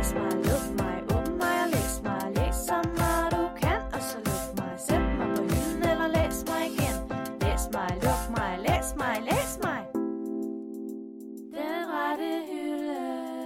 læs mig, luk mig, åbn mig og læs mig. Læs så meget du kan, og så luk mig. Sæt mig på hylden eller læs mig igen. Læs mig, luk mig, læs mig, læs mig. Den rette hylde.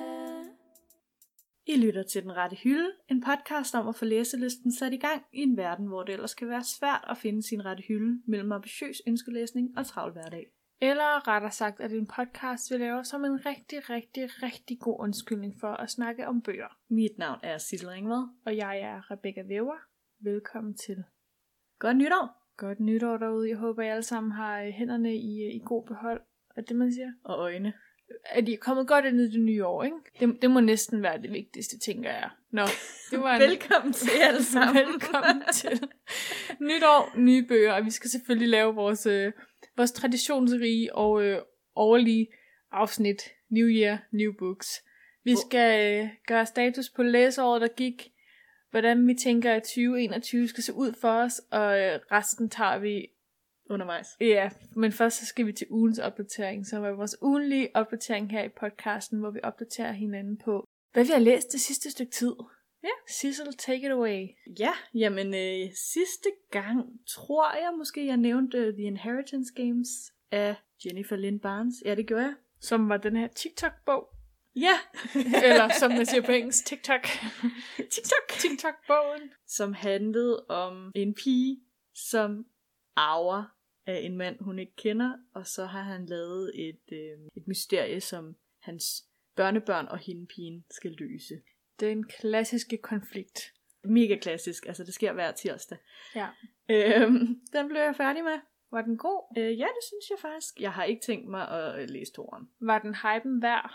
I lytter til Den Rette Hylde, en podcast om at få læselysten sat i gang i en verden, hvor det ellers kan være svært at finde sin rette hylde mellem ambitiøs ønskelæsning og travl hverdag. Eller rettere sagt, at en podcast vi laver som en rigtig god undskyldning for at snakke om bøger. Mit navn er Sissel Ringvad. Og jeg er Rebecca Væver. Velkommen til. Godt nytår! Godt nytår derude. Jeg håber, I alle sammen har hænderne i god behold. Er det, man siger? Og øjne. At I er kommet godt ind i det nye år, ikke? Det må næsten være det vigtigste, tænker jeg. Nå, det var Velkommen til alle sammen. Velkommen til. Nytår, nye bøger, og vi skal selvfølgelig lave vores traditionsrige og årlige afsnit. New Year, New Books. Vi skal gøre status på læseåret, der gik. Hvordan vi tænker, at 2021 skal se ud for os, og resten tager vi undervejs. Ja, men først så skal vi til ugens opdatering, som er vores ugenlige opdatering her i podcasten, hvor vi opdaterer hinanden på, hvad vi har læst det sidste stykke tid. Ja. Sissel, take it away. Ja, jamen sidste gang tror jeg måske, jeg nævnte The Inheritance Games af Jennifer Lynn Barnes. Ja, det gjorde jeg. Som var den her TikTok-bog. Ja. Eller som man siger på engelsk, TikTok. TikTok-bogen. Som handlede om en pige, som arver af en mand, hun ikke kender, og så har han lavet et mysterie, som hans børnebørn og hende pigen skal løse. Den klassiske konflikt. Mega klassisk, altså det sker hver tirsdag. Ja. Den blev jeg færdig med. Var den god? Ja, det synes jeg faktisk. Jeg har ikke tænkt mig at læse toeren. Var den hypen værd?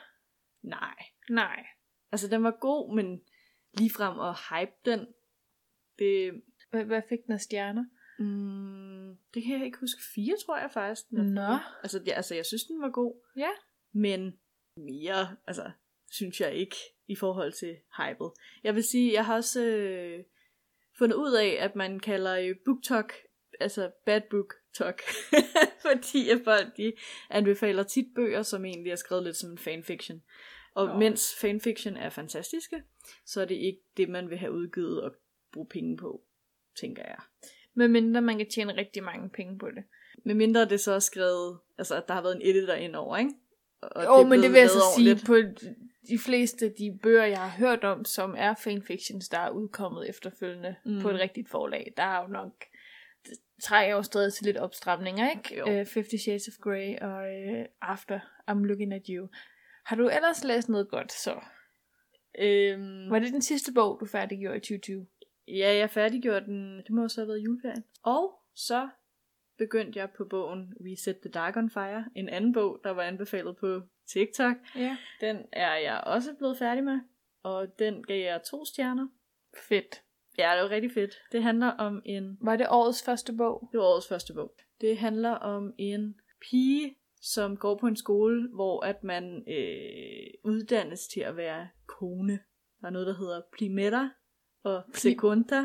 Nej. Altså den var god, men ligefrem at hype den, det... Hvad fik den af stjerner? Det kan jeg ikke huske. 4, tror jeg faktisk. Nå. Altså, jeg synes, den var god. Ja. Men mere, synes jeg ikke i forhold til hypet. Jeg vil sige, jeg har også fundet ud af, at man kalder BookTok, altså bad book talk. Fordi at folk, de anbefaler tit bøger, som egentlig er skrevet lidt som en fanfiction. Og mens fanfiction er fantastiske, så er det ikke det, man vil have udgivet og bruge penge på, tænker jeg. Medmindre man kan tjene rigtig mange penge på det. Medmindre det så er skrevet, altså at der har været en editor indover, ikke? Men det vil jeg så sige på de fleste af de bøger, jeg har hørt om, som er fanfictions, der er udkommet efterfølgende på et rigtigt forlag. Der er jo nok, det trækker jo stadig til lidt opstramninger, ikke? 50 Shades of Grey og After I'm Looking at You. Har du ellers læst noget godt så? Var det den sidste bog, du færdiggjorde i 2020? Ja, jeg færdiggjorde den, det må også have været juleferien. Og så begyndte jeg på bogen We Set the Dark on Fire, en anden bog, der var anbefalet på TikTok. Ja. Den er jeg også blevet færdig med, og den gav jeg 2 stjerner. Fedt. Ja, det var rigtig fedt. Det handler om en... Var det årets første bog? Det var årets første bog. Det handler om en pige, som går på en skole, hvor at man uddannes til at være kone. Der er noget, der hedder primera og segunda,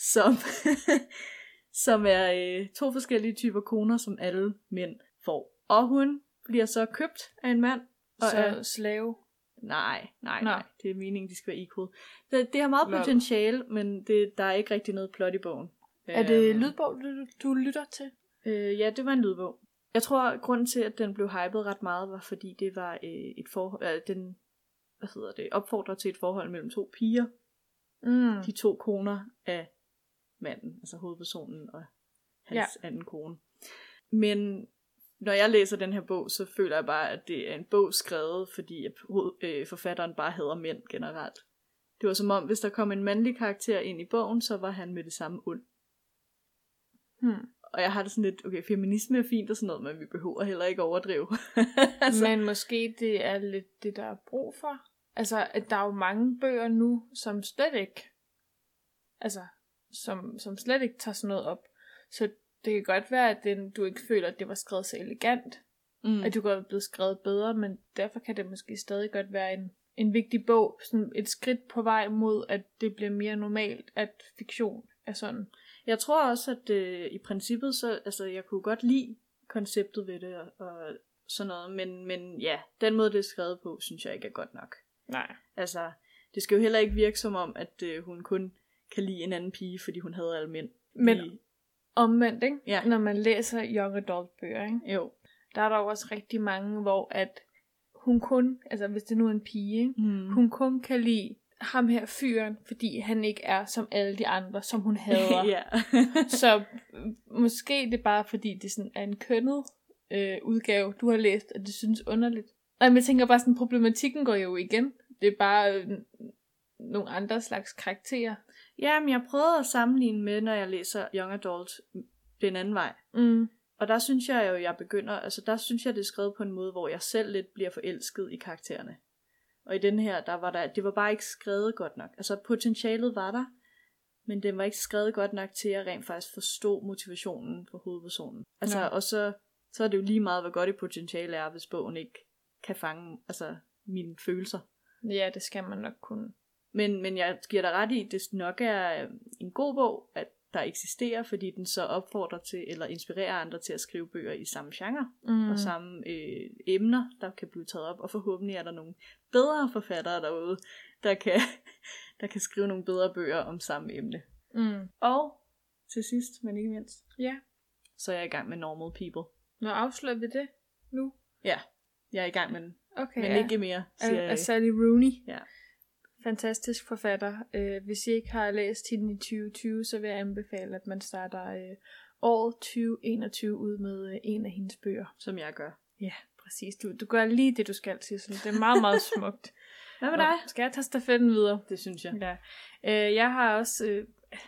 som er 2 forskellige typer koner, som alle mænd får. Og hun bliver så købt af en mand. Og så slave? Nej. Det er meningen, de skal være equal. Det har meget potentiale, men der er ikke rigtig noget plot i bogen. Er det lydbog, du lytter til? Ja, det var en lydbog. Jeg tror, grunden til, at den blev hypet ret meget, var fordi det var et forhold, den opfordrer til et forhold mellem 2 piger. De 2 koner af manden, altså hovedpersonen og hans anden kone. Men når jeg læser den her bog, så føler jeg bare, at det er en bog skrevet, fordi forfatteren bare hader mænd generelt. Det var som om, hvis der kom en mandlig karakter ind i bogen, så var han med det samme ond. Og jeg har det sådan lidt, okay, feminisme er fint og sådan noget, men vi behøver heller ikke overdrive. Men måske det er lidt det, der er brug for. Altså, at der er jo mange bøger nu, som slet ikke, som slet ikke tager sådan noget op. Så det kan godt være, at du ikke føler, at det var skrevet så elegant. At du godt er blevet skrevet bedre, men derfor kan det måske stadig godt være en vigtig bog. Sådan et skridt på vej mod, at det bliver mere normalt, at fiktion er sådan. Jeg tror også, at i princippet, så jeg kunne godt lide konceptet ved det og sådan noget, men ja, den måde det er skrevet på, synes jeg ikke er godt nok. Nej. Altså, det skal jo heller ikke virke som om, at hun kun kan lide en anden pige, fordi hun hader alle mænd. Men omvendt, ikke? Ja. Når man læser young adult bøger, ikke? Jo. Der er der jo også rigtig mange, hvor at hun kun, altså hvis det nu er en pige, ikke? Hun kun kan lide ham her fyren, fordi han ikke er som alle de andre, som hun hader. Ja. Så måske det er bare fordi, det sådan er en kønnet udgave, du har læst, at det synes underligt. Og jeg tænker bare sådan, problematikken går jo igen. Det er bare nogle andre slags karakterer. Ja, men jeg prøvede at sammenligne med, når jeg læser young adult den anden vej. Og der synes jeg jo, jeg begynder, altså der synes jeg, det er skrevet på en måde, hvor jeg selv lidt bliver forelsket i karaktererne. Og i den her, det var bare ikke skrevet godt nok. Altså potentialet var der, men den var ikke skrevet godt nok til at rent faktisk forstå motivationen for hovedpersonen. Altså, og så er det jo lige meget, hvor godt et potentiale er, hvis bogen ikke kan fange mine følelser. Ja, det skal man nok kunne. Men jeg giver dig ret i, at det nok er en god bog, at der eksisterer, fordi den så opfordrer til, eller inspirerer andre til at skrive bøger i samme genre, og samme emner, der kan blive taget op, og forhåbentlig er der nogle bedre forfattere derude, der kan skrive nogle bedre bøger om samme emne. Og til sidst, men ikke mindst, så er jeg i gang med Normal People. Nå, afslører vi det nu? Ja, jeg er i gang med den, okay, men ikke mere, siger jeg. Af Sally Rooney. Ja. Fantastisk forfatter. Hvis I ikke har læst hende i 2020, så vil jeg anbefale, at man starter året 2021 ud med en af hendes bøger. Som jeg gør. Ja, præcis. Du gør lige det, du skal, Sissel. Det er meget, meget smukt. Hvad med dig? Skal jeg tage stafetten videre? Det synes jeg. Ja. Jeg har også...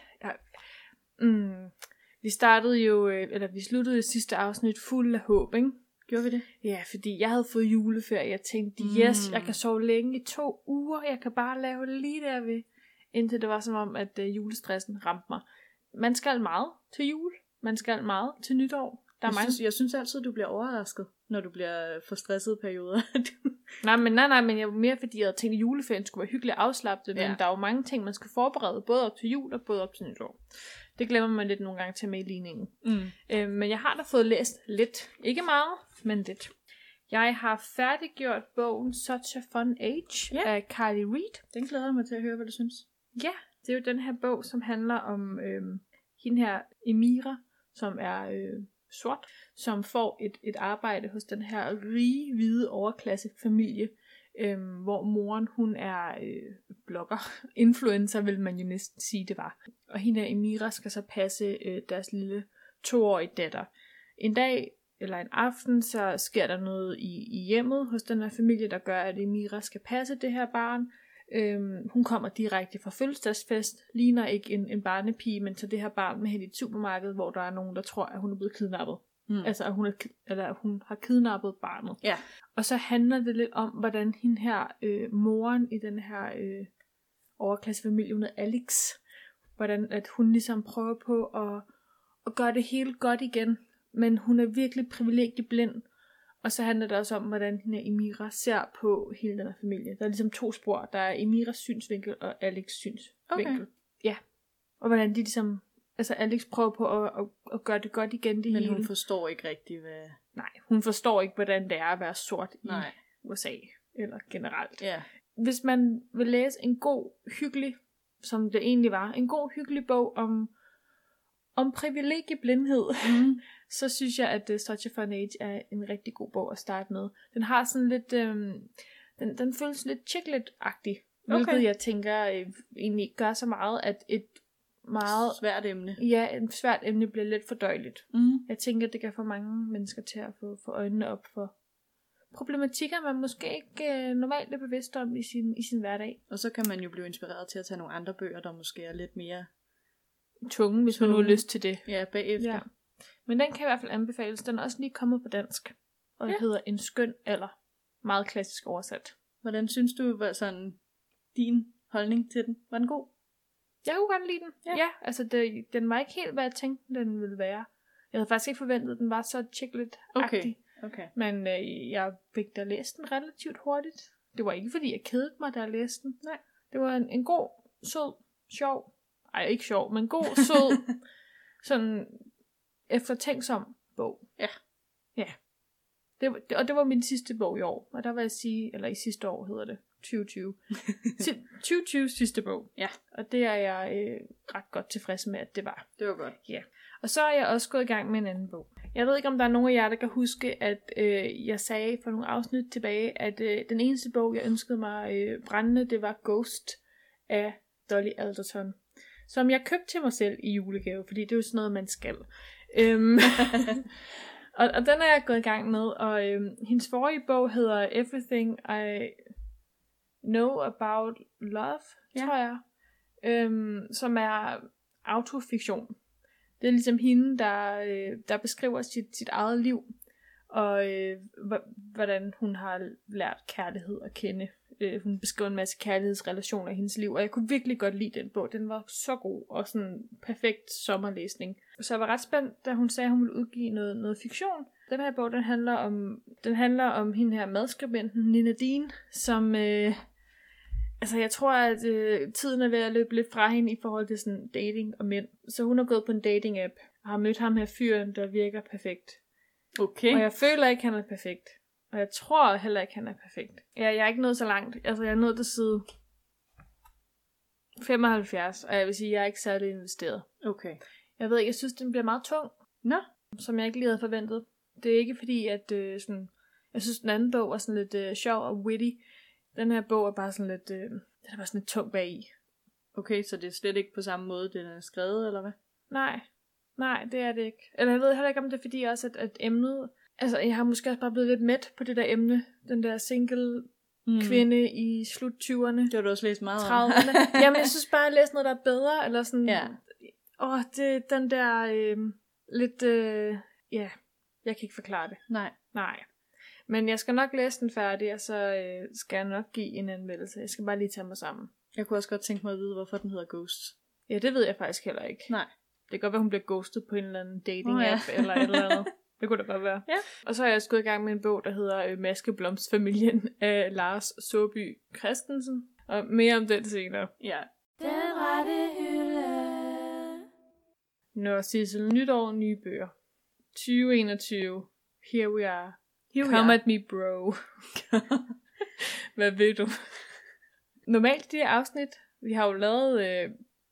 vi startede jo... eller vi sluttede sidste afsnit fuld af håb, ikke? Gjorde vi det? Ja, fordi jeg havde fået juleferie. Jeg tænkte, yes, jeg kan sove længe i 2 uger. Jeg kan bare lave lige derved. Indtil det var som om, at julestressen ramte mig. Man skal meget til jul. Man skal meget til nytår. Jeg synes altid, du bliver overrasket, når du bliver for stresset perioder. nej, men jeg var mere fordi, jeg havde tænkt, at juleferien skulle være hyggelig afslappet. Men der er jo mange ting, man skal forberede. Både op til jul og både op til nytår. Det glemmer man lidt nogle gange til med i ligningen. Men jeg har da fået læst lidt. Ikke meget, men lidt. Jeg har færdiggjort bogen Such a Fun Age af Carly Reed. Den glæder jeg mig til at høre, hvad du synes. Ja, det er jo den her bog, som handler om hende her Emira, som er sort, som får et arbejde hos den her rige, hvide overklassefamilie, hvor moren, hun er blogger, influencer vil man jo næsten sige det var. Og hende her Emira skal så passe deres lille 2-årige datter. En dag eller en aften, så sker der noget i hjemmet hos den her familie, der gør, at Emira skal passe det her barn. Hun kommer direkte fra fødselsdagsfest, ligner ikke en barnepige, men tager det her barn med hen i et supermarked, hvor der er nogen, der tror, at hun er blevet kidnappet. Altså, at hun har kidnappet barnet. Ja. Og så handler det lidt om, hvordan hende her, moren i den her overklassefamilie, hun er Alex, hvordan at hun ligesom prøver på at gøre det hele godt igen, men hun er virkelig privilegieblind. Og så handler det også om, hvordan hende Emira ser på hele den her familie. Der er ligesom 2 spor. Der er Emiras synsvinkel og Alex' synsvinkel. Okay. Ja. Og hvordan de ligesom... Altså Alex prøver på at gøre det godt igen. Det men hele. Hun forstår ikke rigtigt, hvad... Nej, hun forstår ikke, hvordan det er at være sort i USA. Eller generelt. Ja. Hvis man vil læse en god, hyggelig, som det egentlig var, en god, hyggelig bog om privilegieblindhed, så synes jeg, at Such a Fun Age er en rigtig god bog at starte med. Den har sådan lidt, den føles lidt chicklet-agtig, hvilket jeg tænker egentlig gør så meget, at et meget svært emne. Ja, et svært emne bliver lidt fordøjeligt. Jeg tænker, at det kan få mange mennesker til at få øjnene op for problematikker, man måske ikke normalt er bevidst om i sin hverdag. Og så kan man jo blive inspireret til at tage nogle andre bøger, der måske er lidt mere tunge, hvis man nu har lyst til det. Ja, bagefter. Ja. Men den kan i hvert fald anbefales. Den er også lige kommet på dansk. Og det hedder En skøn alder. Meget klassisk oversat. Hvordan synes du, var sådan din holdning til den? Var den god? Jeg kunne godt lide den. Ja, altså den var ikke helt, hvad jeg tænkte, den ville være. Jeg havde faktisk ikke forventet, at den var så chicklet-agtig. Okay. Men jeg fik da læst den relativt hurtigt. Det var ikke, fordi jeg kedede mig, da jeg læste den. Nej. Det var en god, sød, sjov... Ej, ikke sjov, men god, sød, sådan eftertænksom bog. Ja. Ja. Og det var min sidste bog i år. Og der vil jeg sige, eller i sidste år hedder det, 2020. 2020 sidste bog. Ja. Og det er jeg ret godt tilfreds med, at det var. Det var godt. Ja. Og så er jeg også gået i gang med en anden bog. Jeg ved ikke, om der er nogen af jer, der kan huske, at jeg sagde for nogle afsnit tilbage, at den eneste bog, jeg ønskede mig brændende, det var Ghost af Dolly Alderton. Som jeg købte til mig selv i julegave, fordi det er jo sådan noget, man skal. og den er jeg gået i gang med, og hendes forrige bog hedder Everything I Know About Love, tror jeg. Som er autofiktion. Det er ligesom hende, der beskriver sit eget liv, og hvordan hun har lært kærlighed at kende. Hun beskriver en masse kærlighedsrelationer i hendes liv, og jeg kunne virkelig godt lide den bog. Den var så god, og sådan perfekt sommerlæsning. Så jeg var ret spændt, da hun sagde, at hun ville udgive noget fiktion. Den her bog, den handler om hende her madskribenten, Nina Dean, som... Altså, jeg tror, at tiden er ved at løbe lidt fra hende i forhold til sådan dating og mænd. Så hun har gået på en dating-app og har mødt ham her fyren, der virker perfekt. Okay. Og jeg føler ikke, han er perfekt. Og jeg tror heller ikke, han er perfekt. Jeg er ikke nået så langt. Altså, jeg er nået til side 75, og jeg vil sige, at jeg er ikke særlig investeret. Okay. Jeg ved ikke, jeg synes, den bliver meget tung. Nå. Som jeg ikke lige havde forventet. Det er ikke fordi, at sådan... Jeg synes, den anden bog var sådan lidt sjov og witty. Den her bog er bare sådan lidt, den er bare sådan lidt tung bagi. Okay, så det er slet ikke på samme måde, den er skrevet, eller hvad? Nej, det er det ikke. Eller jeg ved heller ikke, om det er fordi også, at emnet... Altså, jeg har måske også bare blevet lidt mæt på det der emne. Den der single kvinde i slut 20'erne. Det har du også læst meget 30'erne. Jamen, jeg synes bare, at jeg læste noget, der er bedre. Eller sådan... Ja. Det den der lidt... ja, jeg kan ikke forklare det. Nej. Men jeg skal nok læse den færdig, og så skal jeg nok give en anmeldelse. Jeg skal bare lige tage mig sammen. Jeg kunne også godt tænke mig at vide, hvorfor den hedder Ghost. Ja, det ved jeg faktisk heller ikke. Nej. Det kan godt være, hun bliver ghostet på en eller anden dating-app eller et eller andet. Det kunne da godt være. Ja. Og så er jeg også gået i gang med en bog, der hedder Maskeblomstfamilien af Lars Saabye Christensen. Og mere om den senere. Ja. Den rette hylde. Nå, Sissel, nytår, nye bøger. 2021. Here we are. Come at me, bro. Hvad ved du? Normalt de afsnit, vi har jo lavet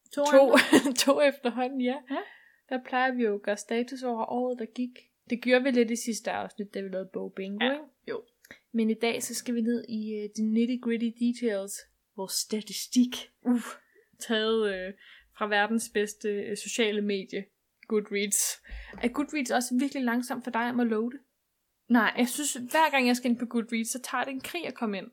to efterhånden, ja. Der plejer vi jo at gøre status over året, der gik. Det gjorde vi lidt i sidste afsnit, da vi lavede bogbingo, ikke? Jo. Men i dag, så skal vi ned i de nitty-gritty details. Vores statistik. Taget fra verdens bedste sociale medie, Goodreads. Er Goodreads også virkelig langsomt for dig om at loade? Nej, jeg synes, hver gang jeg skal ind på Goodreads, så tager det en krig at komme ind.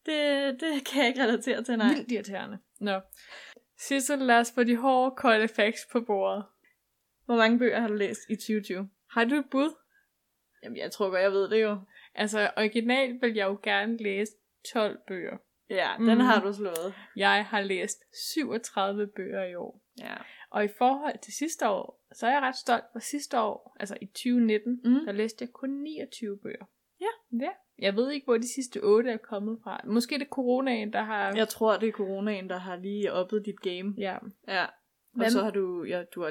Det kan jeg ikke relatere til, nej. Vildt irriterende. Nå. Sissel, lad os få de hårde, kolde facts på bordet. Hvor mange bøger har du læst i 2020? Har du et bud? Jamen, jeg tror godt, jeg ved det jo. Altså, originalt vil jeg jo gerne læse 12 bøger. Ja, den har du slået. Jeg har læst 37 bøger i år. Ja. Og i forhold til sidste år, så er jeg ret stolt for sidste år, altså i 2019, der læste jeg kun 29 bøger. Ja. Jeg ved ikke, hvor de sidste 8 er kommet fra. Måske det er coronaen, der har... Jeg tror, det er coronaen, der har lige oppet dit game. Ja. Og så har du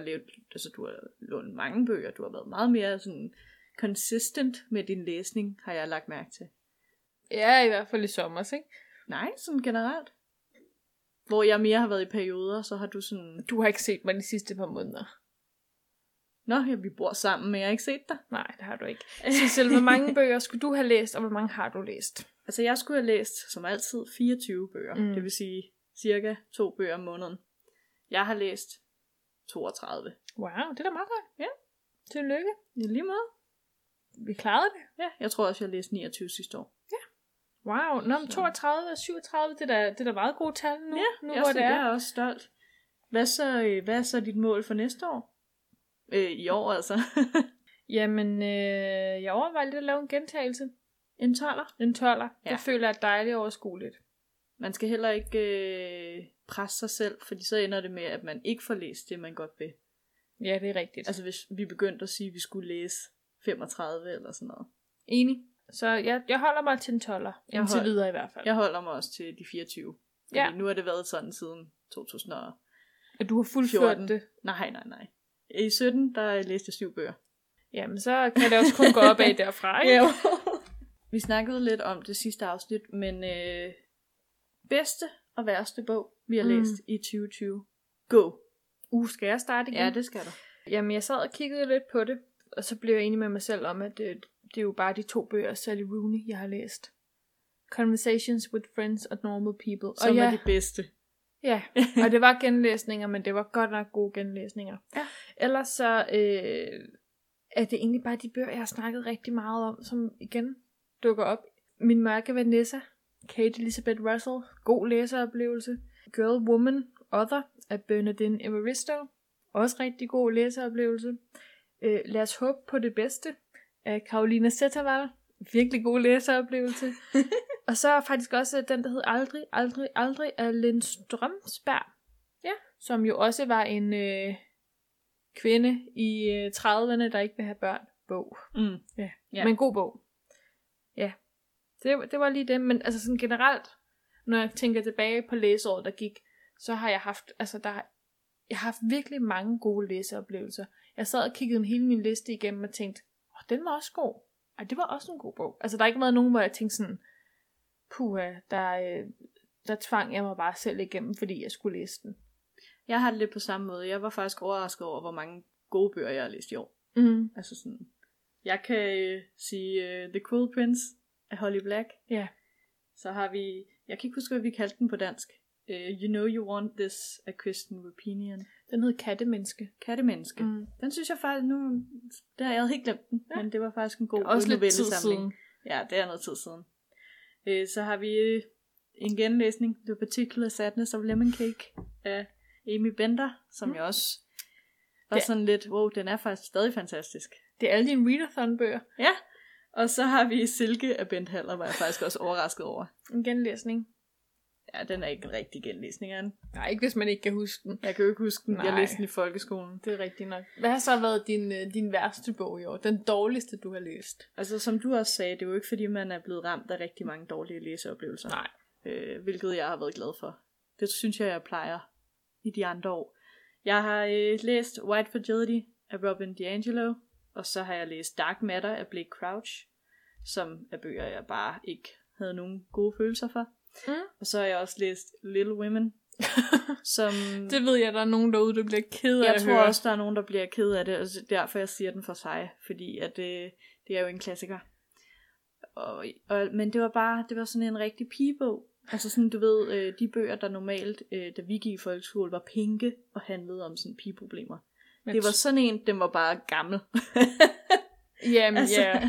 har lånt mange bøger. Du har været meget mere sådan consistent med din læsning, har jeg lagt mærke til. Ja, i hvert fald i sommer, ikke? Nej, sådan generelt. Hvor jeg mere har været i perioder, så har du sådan... Du har ikke set mig de sidste par måneder. Nå, ja, vi bor sammen, men jeg har ikke set dig. Nej, det har du ikke. Sissel, hvor mange bøger skulle du have læst, og hvor mange har du læst? Altså, jeg skulle have læst, som altid, 24 bøger. Det vil sige cirka 2 bøger om måneden. Jeg har læst 32. Wow, det er da meget godt. Ja. Tillykke. I lige måde. Vi klarede det. Ja, jeg tror også, jeg læste 29 sidste år. Ja. Wow, nå, 32 og 37, det er da meget gode tal nu. Ja, nu, jeg er også stolt. Hvad er så dit mål for næste år? I år altså. Jamen, jeg overvejer lidt at lave en gentagelse. En 12'er? En 12'er. Ja. Det føler jeg er dejligt overskueligt. Man skal heller ikke presse sig selv, fordi så ender det med, at man ikke får læst det, man godt vil. Ja, det er rigtigt. Altså hvis vi begyndte at sige, at vi skulle læse 35 eller sådan noget. Enig. Så jeg holder mig til en 12'er. Indtil videre i hvert fald. Jeg holder mig også til de 24. Fordi nu har det været sådan siden 2014. Og du har fuldført det? Nej. I 17, der læste jeg 7 bøger. Jamen, så kan det også kun gå op af derfra, ikke? Vi snakkede lidt om det sidste afsnit, men Bedste og værste bog, vi har læst i 2020. Go! Skal jeg starte igen? Ja, det skal du. Jamen, jeg sad og kiggede lidt på det, og så blev jeg enig med mig selv om, at det er jo bare de 2 bøger af Sally Rooney, jeg har læst. Conversations with Friends and Normal People. Som er de bedste. Ja, og det var genlæsninger, men det var godt nok gode genlæsninger. Ja. Ellers så er det egentlig bare de bøger, jeg har snakket rigtig meget om, som igen dukker op. Min mørke Vanessa, Kate Elizabeth Russell, god læseoplevelse. Girl, Woman, Other af Bernardine Evaristo, også rigtig god læseoplevelse. Lad os håbe på det bedste af Carolina Zettervall, virkelig god læseoplevelse. Og så faktisk også den, der hed Aldrig af Lynn Strømsberg, som jo også var en kvinde i 30'erne, der ikke vil have børn, bog. Ja. Men god bog. Ja, det var lige det. Men altså sådan generelt, når jeg tænker tilbage på læseåret, der gik, så har jeg haft, jeg har haft virkelig mange gode læseoplevelser. Jeg sad og kiggede hele min liste igennem og tænkte, den var også god. Ej, det var også en god bog. Altså, der har ikke været nogen, hvor jeg tænkte sådan, puha, der tvang jeg mig bare selv igennem, fordi jeg skulle læse den. Jeg har det lidt på samme måde. Jeg var faktisk overrasket over, hvor mange gode bøger, jeg har læst i år. Altså sådan, jeg kan sige The Cruel Prince af Holly Black. Ja. Så har vi, jeg kan ikke huske, hvad vi kaldte den på dansk. You Know You Want This af Kristen Rapinian. Den hed Kattemenneske. Den synes jeg faktisk nu, der har jeg helt glemt den, men det var faktisk en god også novellesamling. Ja, det er noget tid siden. Så har vi en genlæsning, The Particular Sadness of Lemon Cake af Amy Bender, som jeg også var sådan lidt, wow, den er faktisk stadig fantastisk. Det er alle dine readathon-bøger. Ja, og så har vi Silke af Bent Haller, var jeg faktisk også overrasket over. En genlæsning. Ja, den er ikke en rigtig genlæsning af den. Nej, ikke hvis man ikke kan huske den. Jeg kan jo ikke huske den. Jeg læste den i folkeskolen. Det er rigtigt nok. Hvad har så været din værste bog i år? Den dårligste, du har læst? Altså, som du også sagde, det er jo ikke fordi, man er blevet ramt af rigtig mange dårlige læseoplevelser. Nej. Hvilket jeg har været glad for. Det synes jeg plejer i de andre år. Jeg har læst White Fragility af Robin DiAngelo, og så har jeg læst Dark Matter af Blake Crouch, som er bøger, jeg bare ikke havde nogen gode følelser for. Og så har jeg også læst Little Women, som... Det ved jeg, der er nogen derude, der bliver ked af Jeg tror også, der er nogen, der bliver ked af det, og derfor jeg siger den for sig, fordi at det er jo en klassiker. Men det var sådan en rigtig pigebog. Altså sådan, du ved, de bøger, der normalt, da vi gik i folkeskole, var pinke og handlede om sådan pigeproblemer. Det var sådan en, den var bare gammel. Jamen, altså.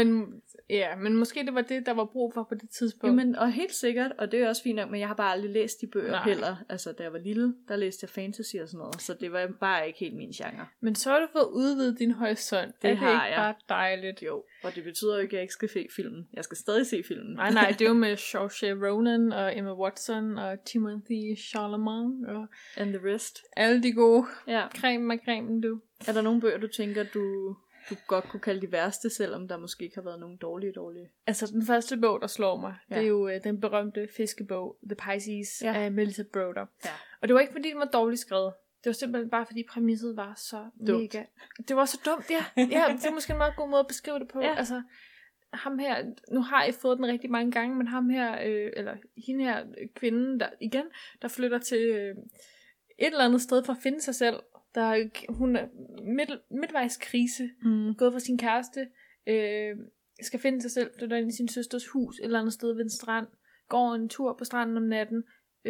Men måske det var det, der var brug for på det tidspunkt. Jamen, og helt sikkert, og det er også fint nok, men jeg har bare aldrig læst de bøger heller. Altså, da jeg var lille, der læste jeg fantasy og sådan noget, så det var bare ikke helt min genre. Men så har du fået udvidet din horisont. Det har ikke bare dejligt? Jo, og det betyder jo ikke, at jeg ikke skal se filmen. Jeg skal stadig se filmen. Nej, det er jo med Saoirse Ronan og Emma Watson og Timothée Chalamet og... And the rest. Alle de gode. Ja. Cremen, du. Er der nogle bøger, du tænker, du godt kunne kalde de værste, selvom der måske ikke har været nogen dårlige? Altså, den første bog, der slår mig, det er jo den berømte fiskebog, The Pisces, af Melissa Broder. Ja. Og det var ikke, fordi den var dårligt skrevet. Det var simpelthen bare, fordi præmisset var så dumt. Mega... Det var så dumt, ja. Det er måske en meget god måde at beskrive det på. Ja. Altså, ham her, nu har jeg fået den rigtig mange gange, men ham her, eller hende her kvinden, der flytter til et eller andet sted for at finde sig selv. Hun er midtvejskrise, gået fra sin kæreste, skal finde sig selv, flytter ind i sin søsters hus et eller andet sted ved en strand, går en tur på stranden om natten,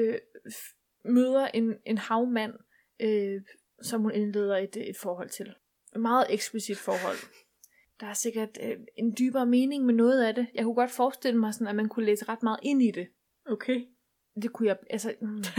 møder en havmand, som hun indleder et forhold til. Et meget eksplicit forhold. Der er sikkert en dybere mening med noget af det. Jeg kunne godt forestille mig sådan, at man kunne læse ret meget ind i det. Okay. Det kunne jeg, altså...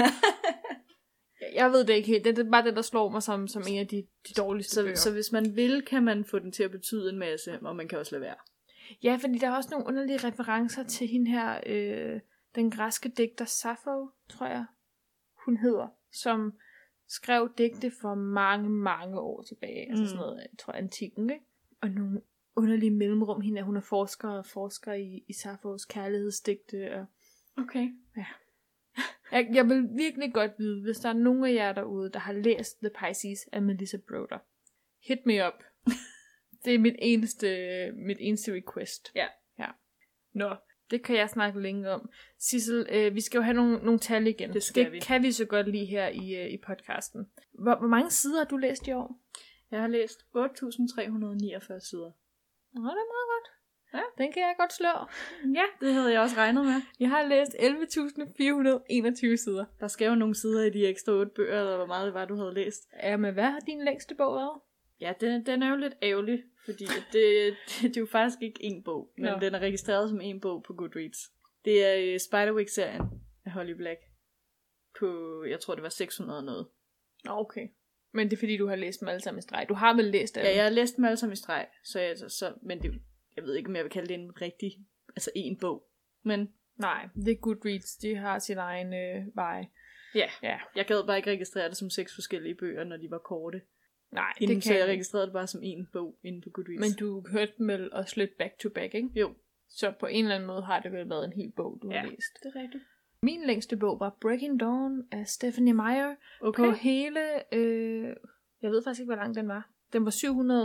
Jeg ved det ikke helt. Det er bare det, der slår mig som en af de dårligste bøger. Så hvis man vil, kan man få den til at betyde en masse, og man kan også lade være. Ja, fordi der er også nogle underlige referencer til hende her, den græske digter Sappho, tror jeg, hun hedder, som skrev digte for mange, mange år tilbage. Altså sådan noget, jeg tror antikken, ikke? Og nogle underlige mellemrum. Hun er forsker i Sapphos kærlighedsdigte. Og... Okay. Ja. Jeg vil virkelig godt vide, hvis der er nogen af jer derude, der har læst The Pisces af Melissa Broder. Hit me up. Det er mit eneste request. Ja. Nå, Det kan jeg snakke længe om. Sissel, vi skal jo have nogle tal igen. Det kan vi så godt lige her i podcasten. Hvor mange sider har du læst i år? Jeg har læst 8.349 sider. Nå, det er meget godt. Ja. Den kan jeg godt slå. Ja, det havde jeg også regnet med. Jeg har læst 11.421 sider. Der skal jo nogle sider i de ekstra 8 bøger, eller hvor meget det var, du havde læst. Ja, men hvad har din længste bog været? Ja, den er jo lidt ærgerlig, fordi det er jo faktisk ikke en bog, men den er registreret som en bog på Goodreads. Det er Spiderwick-serien af Holly Black på, jeg tror det var 600 noget. Okay. Men det er fordi, du har læst dem alle sammen i streg. Du har vel læst dem? Ja, jeg har læst dem alle sammen i streg, men jeg ved ikke, om jeg vil kalde det en rigtig, altså en bog. Men nej, det er Goodreads, de har sin egen vej. Ja, jeg gad bare ikke registrere det som 6 forskellige bøger, når de var korte. Nej, det kan jeg registrerede det bare som en bog inde på Goodreads. Men du hørte dem vel også lidt back to back, ikke? Jo. Så på en eller anden måde har det vel været en hel bog, du har læst. Det er rigtigt. Min længste bog var Breaking Dawn af Stephenie Meyer. Okay. På hele, jeg ved faktisk ikke, hvor lang den var. Den var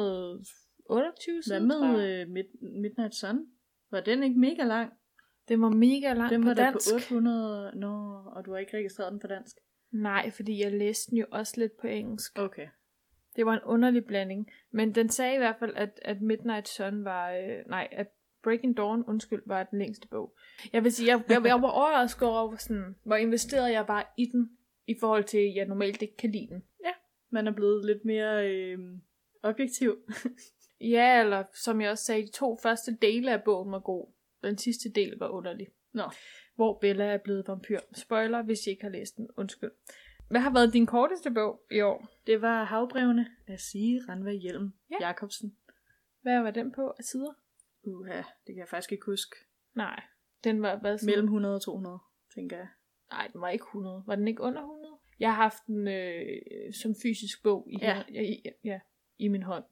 728 sider. Hvad med Midnight Sun? Var den ikke mega lang? Den var mega lang den på var dansk. Den var på 800, og du har ikke registreret den på dansk? Nej, fordi jeg læste den jo også lidt på engelsk. Okay. Det var en underlig blanding. Men den sagde i hvert fald, at Midnight Sun var... at Breaking Dawn, var den længste bog. Jeg vil sige, jeg var overrasket over, sådan, hvor investeret jeg var i den, i forhold til, at jeg normalt ikke kan lide den. Ja, man er blevet lidt mere objektiv. Ja, eller som jeg også sagde, de 2 første dele af bogen var god. Den sidste del var underlig. Nå. Hvor Bella er blevet vampyr. Spoiler, hvis I ikke har læst den. Undskyld. Hvad har været din korteste bog i år? Det var Havbrevene af Sige Randva Hjelm Jacobsen. Hvad var den på af sider? Det kan jeg faktisk ikke huske. Nej, den var hvad sådan? Mellem 100 og 200, tænker jeg. Nej, den var ikke 100. Var den ikke under 100? Jeg har haft den som fysisk bog i min hånd.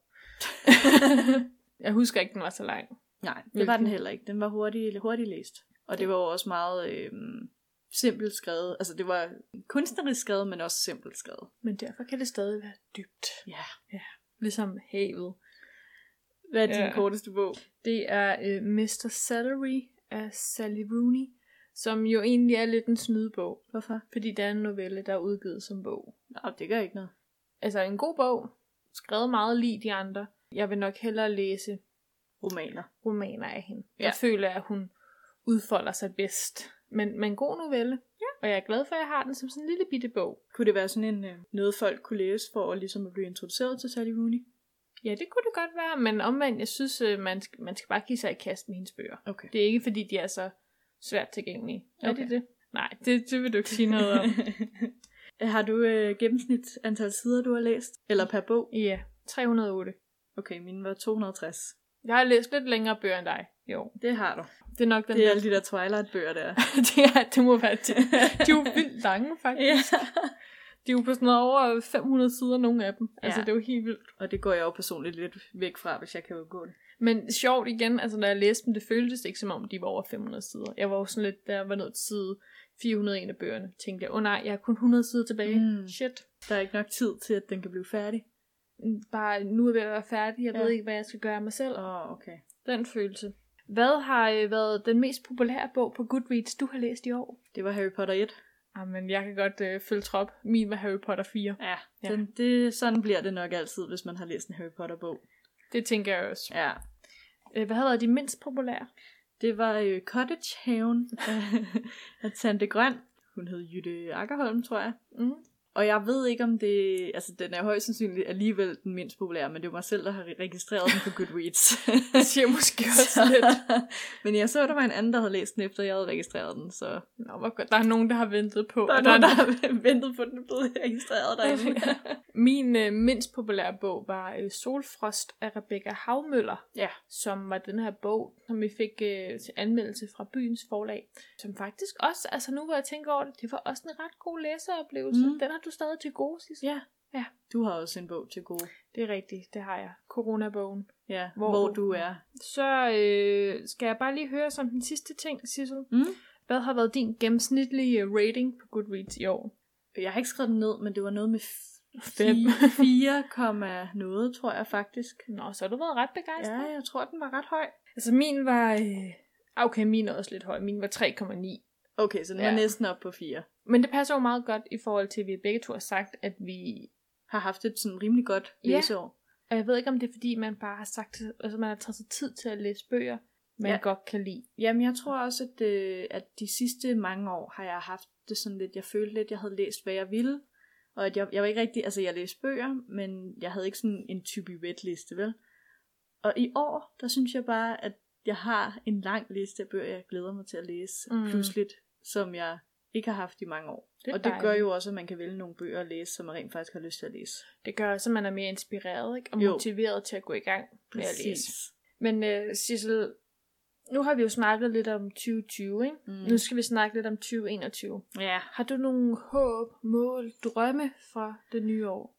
Jeg husker ikke, den var så lang. Nej, det var den heller ikke. Den var hurtigt læst. Og det var jo også meget simpelt skrevet. Altså det var kunstnerisk skrevet, men også simpelt skrevet. Men derfor kan det stadig være dybt. Ja. Ligesom havet. Hvad er din korteste bog? Det er Mr. Salary af Sally Rooney, som jo egentlig er lidt en snydebog. Hvorfor? Fordi det er en novelle, der er udgivet som bog. Nå, det gør ikke noget. Altså en god bog, skrevet meget lig de andre. Jeg vil nok hellere læse romaner af hende. Ja. Jeg føler, at hun udfolder sig bedst. Men en god novelle. Ja. Og jeg er glad for, at jeg har den som sådan en lille bitte bog. Kunne det være sådan en noget folk kunne læse for at ligesom at blive introduceret til Sally Rooney? Ja, det kunne det godt være, men omvendt, jeg synes, man skal bare give sig i kast med hendes bøger. Okay. Det er ikke, fordi de er så svært tilgængelige. Er det? Nej, det vil du ikke sige noget om. Har du gennemsnit antal sider, du har læst? Eller per bog? Ja, 308. Okay, mine var 260. Jeg har læst lidt længere bøger end dig. Jo. Det har du. Det er nok den det er alle de der Twilight-bøger der. det må være det. De er jo vildt lange, faktisk. Ja. De er jo på sådan noget over 500 sider, nogle af dem. Altså, det er jo helt vildt. Og det går jeg jo personligt lidt væk fra, hvis jeg kan undgå det. Men sjovt igen, altså når jeg læste dem, det føltes ikke som om, de var over 500 sider. Jeg var jo sådan lidt, der var nået til side 401 af bøgerne. Tænkte jeg, nej, jeg har kun 100 sider tilbage. Shit. Der er ikke nok tid til, at den kan blive færdig. Bare nu er jeg ved at være færdig. Jeg ved ikke, hvad jeg skal gøre af mig selv. Okay. Den følelse. Hvad har været den mest populære bog på Goodreads, du har læst i år? Det var Harry Potter 1. Men jeg kan godt følge trop. Min var Harry Potter 4. Ja. Sådan bliver det nok altid, hvis man har læst en Harry Potter bog. Det tænker jeg også. Ja. Hvad har været de mindst populære? Det var Cottage Haven af Tante Grøn. Hun hed Jytte Akkerholm, tror jeg. Mm. Og jeg ved ikke om det... Altså den er højst sandsynligt alligevel den mindst populære, men det var mig selv, der har registreret den på Goodreads. Det siger måske også lidt. Men jeg så, der var en anden, der havde læst den, efter jeg havde registreret den, så... Nå, hvor godt. Der er nogen, der har ventet på... Der har ventet på, at den er blevet registreret derinde. Min mindst populære bog var Solfrost af Rebecca Havmøller, som var den her bog, som vi fik til anmeldelse fra Byens Forlag, som faktisk også, altså nu hvor jeg tænker over det, det var også en ret god læseoplevelse. Den har du stadig til gode, Sissel? Ja. Du har også en bog til gode. Det er rigtigt, det har jeg. Coronabogen. Ja, hvor du er. Så skal jeg bare lige høre som den sidste ting, Sissel. Hvad har været din gennemsnitlige rating på Goodreads i år? Jeg har ikke skrevet den ned, men det var noget med 4, noget, tror jeg faktisk. Nå, så har du været ret begejstret. Ja, jeg tror, den var ret høj. Altså min var Okay, min er også lidt høj. Min var 3,9. Okay, så den var næsten op på 4. Men det passer jo meget godt i forhold til, at vi begge to har sagt, at vi har haft et sådan rimelig godt læseår. Og jeg ved ikke, om det er fordi, man bare har sagt, altså man har taget sig tid til at læse bøger, man godt kan lide. Jamen, jeg tror også, at de sidste mange år har jeg haft det sådan lidt, jeg følte lidt, jeg havde læst, hvad jeg ville. Og at jeg var ikke rigtig, altså jeg læste bøger, men jeg havde ikke sådan en type wet-liste, vel? Og i år, der synes jeg bare, at jeg har en lang liste af bøger, jeg glæder mig til at læse pludseligt, som jeg ikke har haft i mange år. Og det gør jo også, at man kan vælge nogle bøger at læse, som man rent faktisk har lyst til at læse. Det gør også, at man er mere inspireret, ikke? Og motiveret til at gå i gang med at læse. Men Sissel, nu har vi jo snakket lidt om 2020, ikke? Nu skal vi snakke lidt om 2021. Ja. Har du nogle håb, mål, drømme fra det nye år?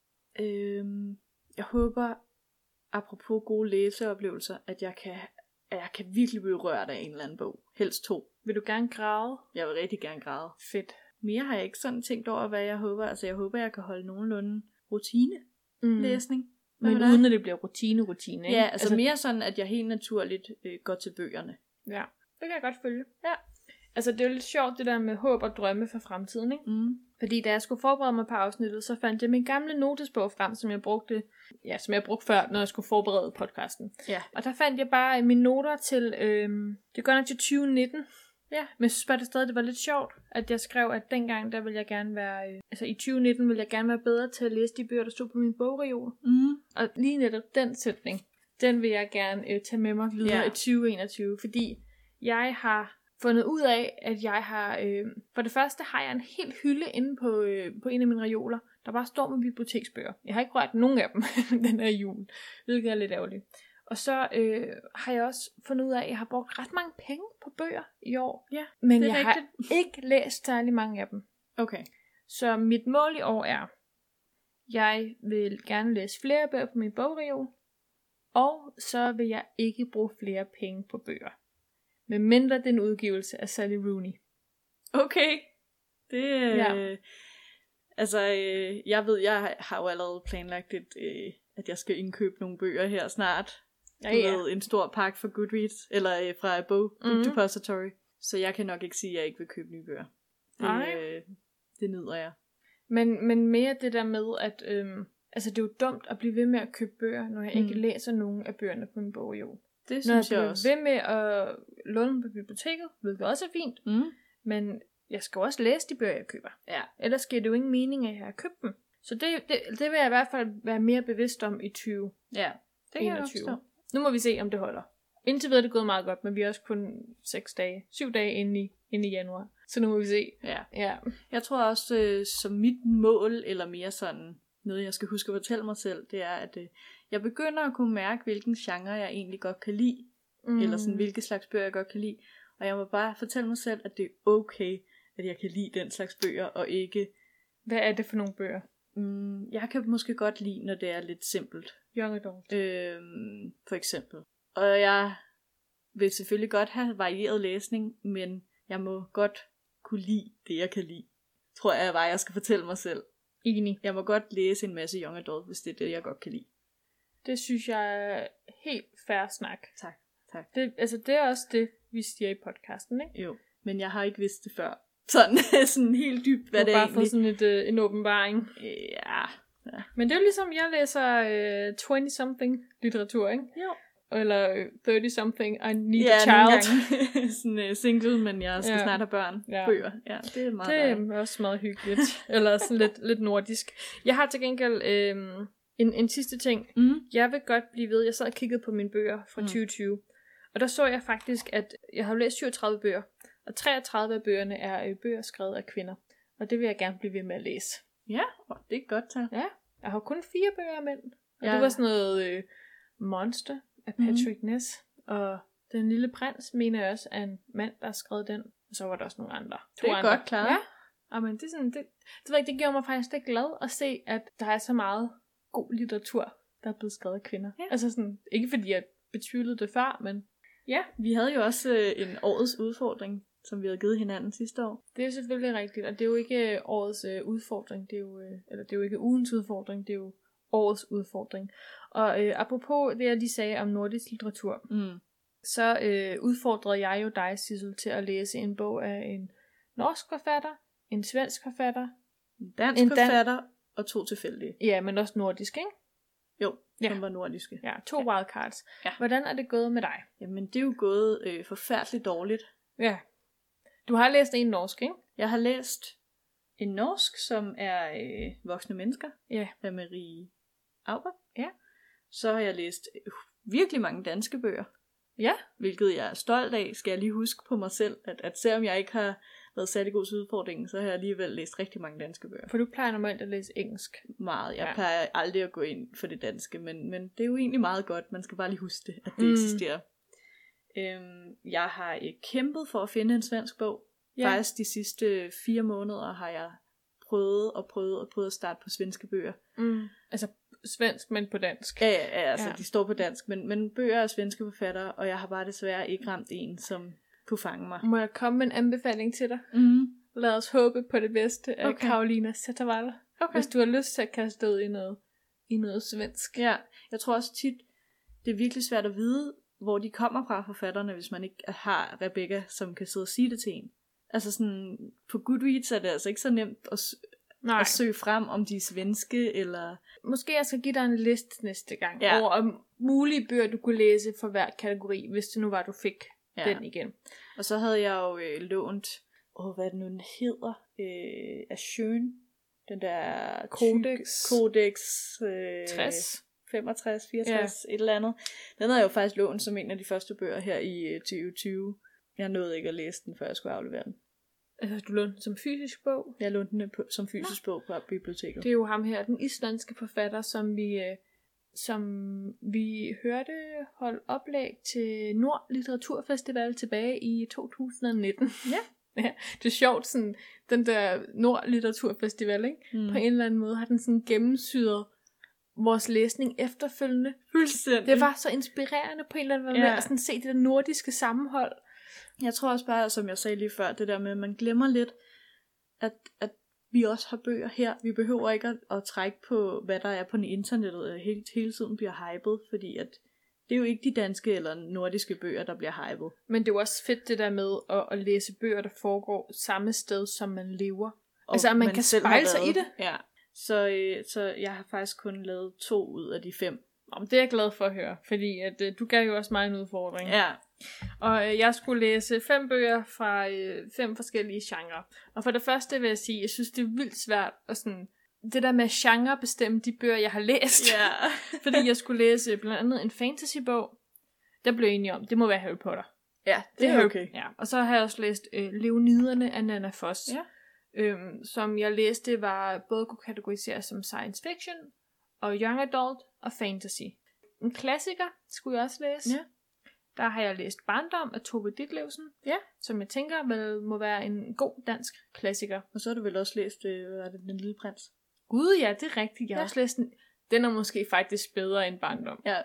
Jeg håber, apropos gode læseoplevelser, at jeg kan virkelig blive rørt af en eller anden bog. Helst 2. Vil du gerne græde? Jeg vil rigtig gerne græde. Fedt. Mere har jeg ikke sådan tænkt over, hvad jeg håber. Altså jeg håber, jeg kan holde nogenlunde rutine-læsning. Men uden at det bliver rutine, ikke? Ja, altså mere sådan, at jeg helt naturligt går til bøgerne. Ja, det kan jeg godt følge. Ja. Altså det er jo lidt sjovt, det der med håb og drømme for fremtiden, ikke? Fordi da jeg skulle forberede mig på afsnittet, så fandt jeg min gamle notesbog frem, som jeg brugte før, når jeg skulle forberede podcasten. Ja. Og der fandt jeg bare mine noter til, det går nok til 2019. Ja, men jeg synes bare det stadig, det var lidt sjovt, at jeg skrev, at dengang, der ville jeg gerne være, i 2019 ville jeg gerne være bedre til at læse de bøger, der stod på min bogreol. Og lige netop den sætning, den vil jeg gerne tage med mig videre i 2021, fordi jeg har fundet ud af, at jeg har, for det første har jeg en helt hylde inde på en af mine reoler, der bare står med biblioteksbøger. Jeg har ikke rørt nogen af dem den her jul, hvilket er lidt ærgerligt. Og så har jeg også fundet ud af, at jeg har brugt ret mange penge på bøger i år. Ja, men jeg har ikke læst særlig mange af dem. Okay. Så mit mål i år er, jeg vil gerne læse flere bøger på min bogreol, og så vil jeg ikke bruge flere penge på bøger. Med mindre den udgivelse af Sally Rooney. Okay. Det jeg ved, jeg har jo allerede planlagt at jeg skal indkøbe nogle bøger her snart. Ved en stor pakke fra Goodreads, eller fra Book Depository. Så jeg kan nok ikke sige, at jeg ikke vil købe nye bøger. Det nyder jeg. Men mere det der med, at det er jo dumt at blive ved med at købe bøger, når jeg ikke læser nogen af bøgerne på min bogreol. Det synes jeg også. Når jeg bliver ved med at låne dem på biblioteket, hvilket også er fint. Men jeg skal også læse de bøger, jeg køber. Ja. Ellers giver det jo ingen mening, at jeg har købt dem. Så det vil jeg i hvert fald være mere bevidst om i 20. Ja, det kan jeg også. Nu må vi se, om det holder. Indtil videre er det gået meget godt, men vi er også kun 7 dage inde i januar. Så nu må vi se. Ja. Jeg tror også, som mit mål, eller mere sådan noget, jeg skal huske at fortælle mig selv, det er, at jeg begynder at kunne mærke, hvilken genre jeg egentlig godt kan lide. Eller sådan, hvilke slags bøger jeg godt kan lide. Og jeg må bare fortælle mig selv, at det er okay, at jeg kan lide den slags bøger, og ikke... Hvad er det for nogle bøger? Jeg kan måske godt lide, når det er lidt simpelt. Young adult. For eksempel. Og jeg vil selvfølgelig godt have varieret læsning, men jeg må godt kunne lide det, jeg kan lide. Tror jeg bare, jeg skal fortælle mig selv. Enig. Jeg må godt læse en masse young adult, hvis det er det, jeg godt kan lide. Det synes jeg er helt fair snak. Tak. Det er også det, vi siger i podcasten, ikke? Jo, men jeg har ikke vidst det før. Sådan helt dybt, hvad det er egentlig. Du har bare fået sådan en åbenbaring. Ja. Men det er jo ligesom, jeg læser 20-something litteratur, ikke? Jo. Eller 30-something, I need a child. Sådan single, men jeg skal snart have børn. Bøger. Ja, det er meget det er også meget hyggeligt. Eller sådan lidt nordisk. Jeg har til gengæld en sidste ting. Jeg vil godt blive ved. Jeg sad og kiggede på mine bøger fra 2020. Og der så jeg faktisk, at jeg har læst 37 bøger. Og 33 af bøgerne er bøger skrevet af kvinder. Og det vil jeg gerne blive ved med at læse. Ja, det er godt så. Ja, jeg har kun 4 bøger af mænd. Og det var sådan noget Monster af Patrick Ness. Og Den Lille Prins mener jeg også er en mand, der har skrevet den. Og så var der også nogle andre. Det er godt klart. Ja, men det er sådan, det gjorde mig faktisk lidt glad at se, at der er så meget god litteratur, der er blevet skrevet af kvinder. Ja. Altså sådan, ikke fordi jeg betvivlede det før, men ja, vi havde jo også en årets udfordring, som vi havde givet hinanden sidste år. Det er selvfølgelig rigtigt, og det er jo ikke årets udfordring, det er jo ikke ugens udfordring, det er jo årets udfordring. Og apropos det, jeg lige sagde om nordisk litteratur, så udfordrede jeg jo dig, Sissel, til at læse en bog af en norsk forfatter, en svensk forfatter, en dansk forfatter og 2 tilfældige. Ja, men også nordisk, ikke? Jo, som var nordiske. Ja, 2 wildcards. Ja. Hvordan er det gået med dig? Jamen, det er jo gået forfærdeligt dårligt. Ja. Du har læst en norsk, ikke? Jeg har læst en norsk, som er Voksne mennesker. Ja. Af Marie Auber. Ja. Så har jeg læst virkelig mange danske bøger. Ja. Hvilket jeg er stolt af, skal jeg lige huske på mig selv, at selvom jeg ikke har været særlig god til udfordringen, så har jeg alligevel læst rigtig mange danske bøger. For du plejer normalt at læse engelsk. Meget. Jeg plejer aldrig at gå ind for det danske, men det er jo egentlig meget godt. Man skal bare lige huske det, at det eksisterer. Jeg har kæmpet for at finde en svensk bog. Ja. Faktisk de sidste 4 måneder har jeg prøvet at starte på svenske bøger. Altså svensk, men på dansk. Ja, altså de står på dansk, men bøger af svenske forfattere, og jeg har bare desværre ikke ramt en, som kunne fange mig. Må jeg komme med en anbefaling til dig? Lad os håbe på det bedste af Karolina Zettervall. Hvis du har lyst til at kaste ud i noget svensk. Ja, jeg tror også tit, det er virkelig svært at vide, hvor de kommer fra, forfatterne, hvis man ikke har Rebecca, som kan sidde og sige det til en. Altså sådan, på Goodreads er det altså ikke så nemt at søge frem, om de er svenske, eller... Måske jeg skal give dig en liste næste gang, over mulige bøger, du kunne læse for hver kategori, hvis det nu var, du fik den igen. Og så havde jeg jo lånt, hvad det nu den hedder, af Schön, den der Codex 60. 65, 64, et eller andet. Den havde jeg jo faktisk lånt som en af de første bøger her i 2020. Jeg nåede ikke at læse den, før jeg skulle aflevere den. Altså, du lånte den som fysisk bog? Jeg lånte den som fysisk bog på biblioteket. Det er jo ham her, den islandske forfatter, som vi hørte holde oplæg til Nord Litteraturfestival tilbage i 2019. Ja, det er sjovt, sådan, den der Nord Litteraturfestival, ikke? På en eller anden måde har den sådan gennemsyret vores læsning efterfølgende. Fuldstændig. Det var så inspirerende på en eller anden måde med at sådan se det der nordiske sammenhold. Jeg tror også bare, som jeg sagde lige før, det der med, at man glemmer lidt, at vi også har bøger her. Vi behøver ikke at trække på, hvad der er på internettet, hele tiden bliver hypet, fordi at det er jo ikke de danske eller nordiske bøger, der bliver hypet. Men det er jo også fedt det der med at læse bøger, der foregår samme sted, som man lever. Og altså, at man kan spejle sig i det. Ja. Så jeg har faktisk kun lavet 2 ud af de 5. Det er jeg glad for at høre, fordi at, du gav jo også mig en udfordring. Ja. Og jeg skulle læse 5 bøger fra 5 forskellige genrer. Og for det første vil jeg sige, jeg synes det er vildt svært at sådan, det der med genre bestemme de bøger, jeg har læst. Ja. Fordi jeg skulle læse blandt andet en fantasybog. Der blev jeg enig om, det må være Harry Potter. Ja, det er okay. Ja. Og så har jeg også læst Leoniderne af Nana Foss. Ja. Som jeg læste både kunne kategoriseres som science fiction og young adult og fantasy. En klassiker skulle jeg også læse. Ja. Der har jeg læst Barndom af Tove Ditlevsen, som jeg tænker vel må være en god dansk klassiker. Og så har du vel også læst Den Lille Prins? Gud ja, det er rigtigt. Jeg har også læst den er måske faktisk bedre end Barndom. Ja.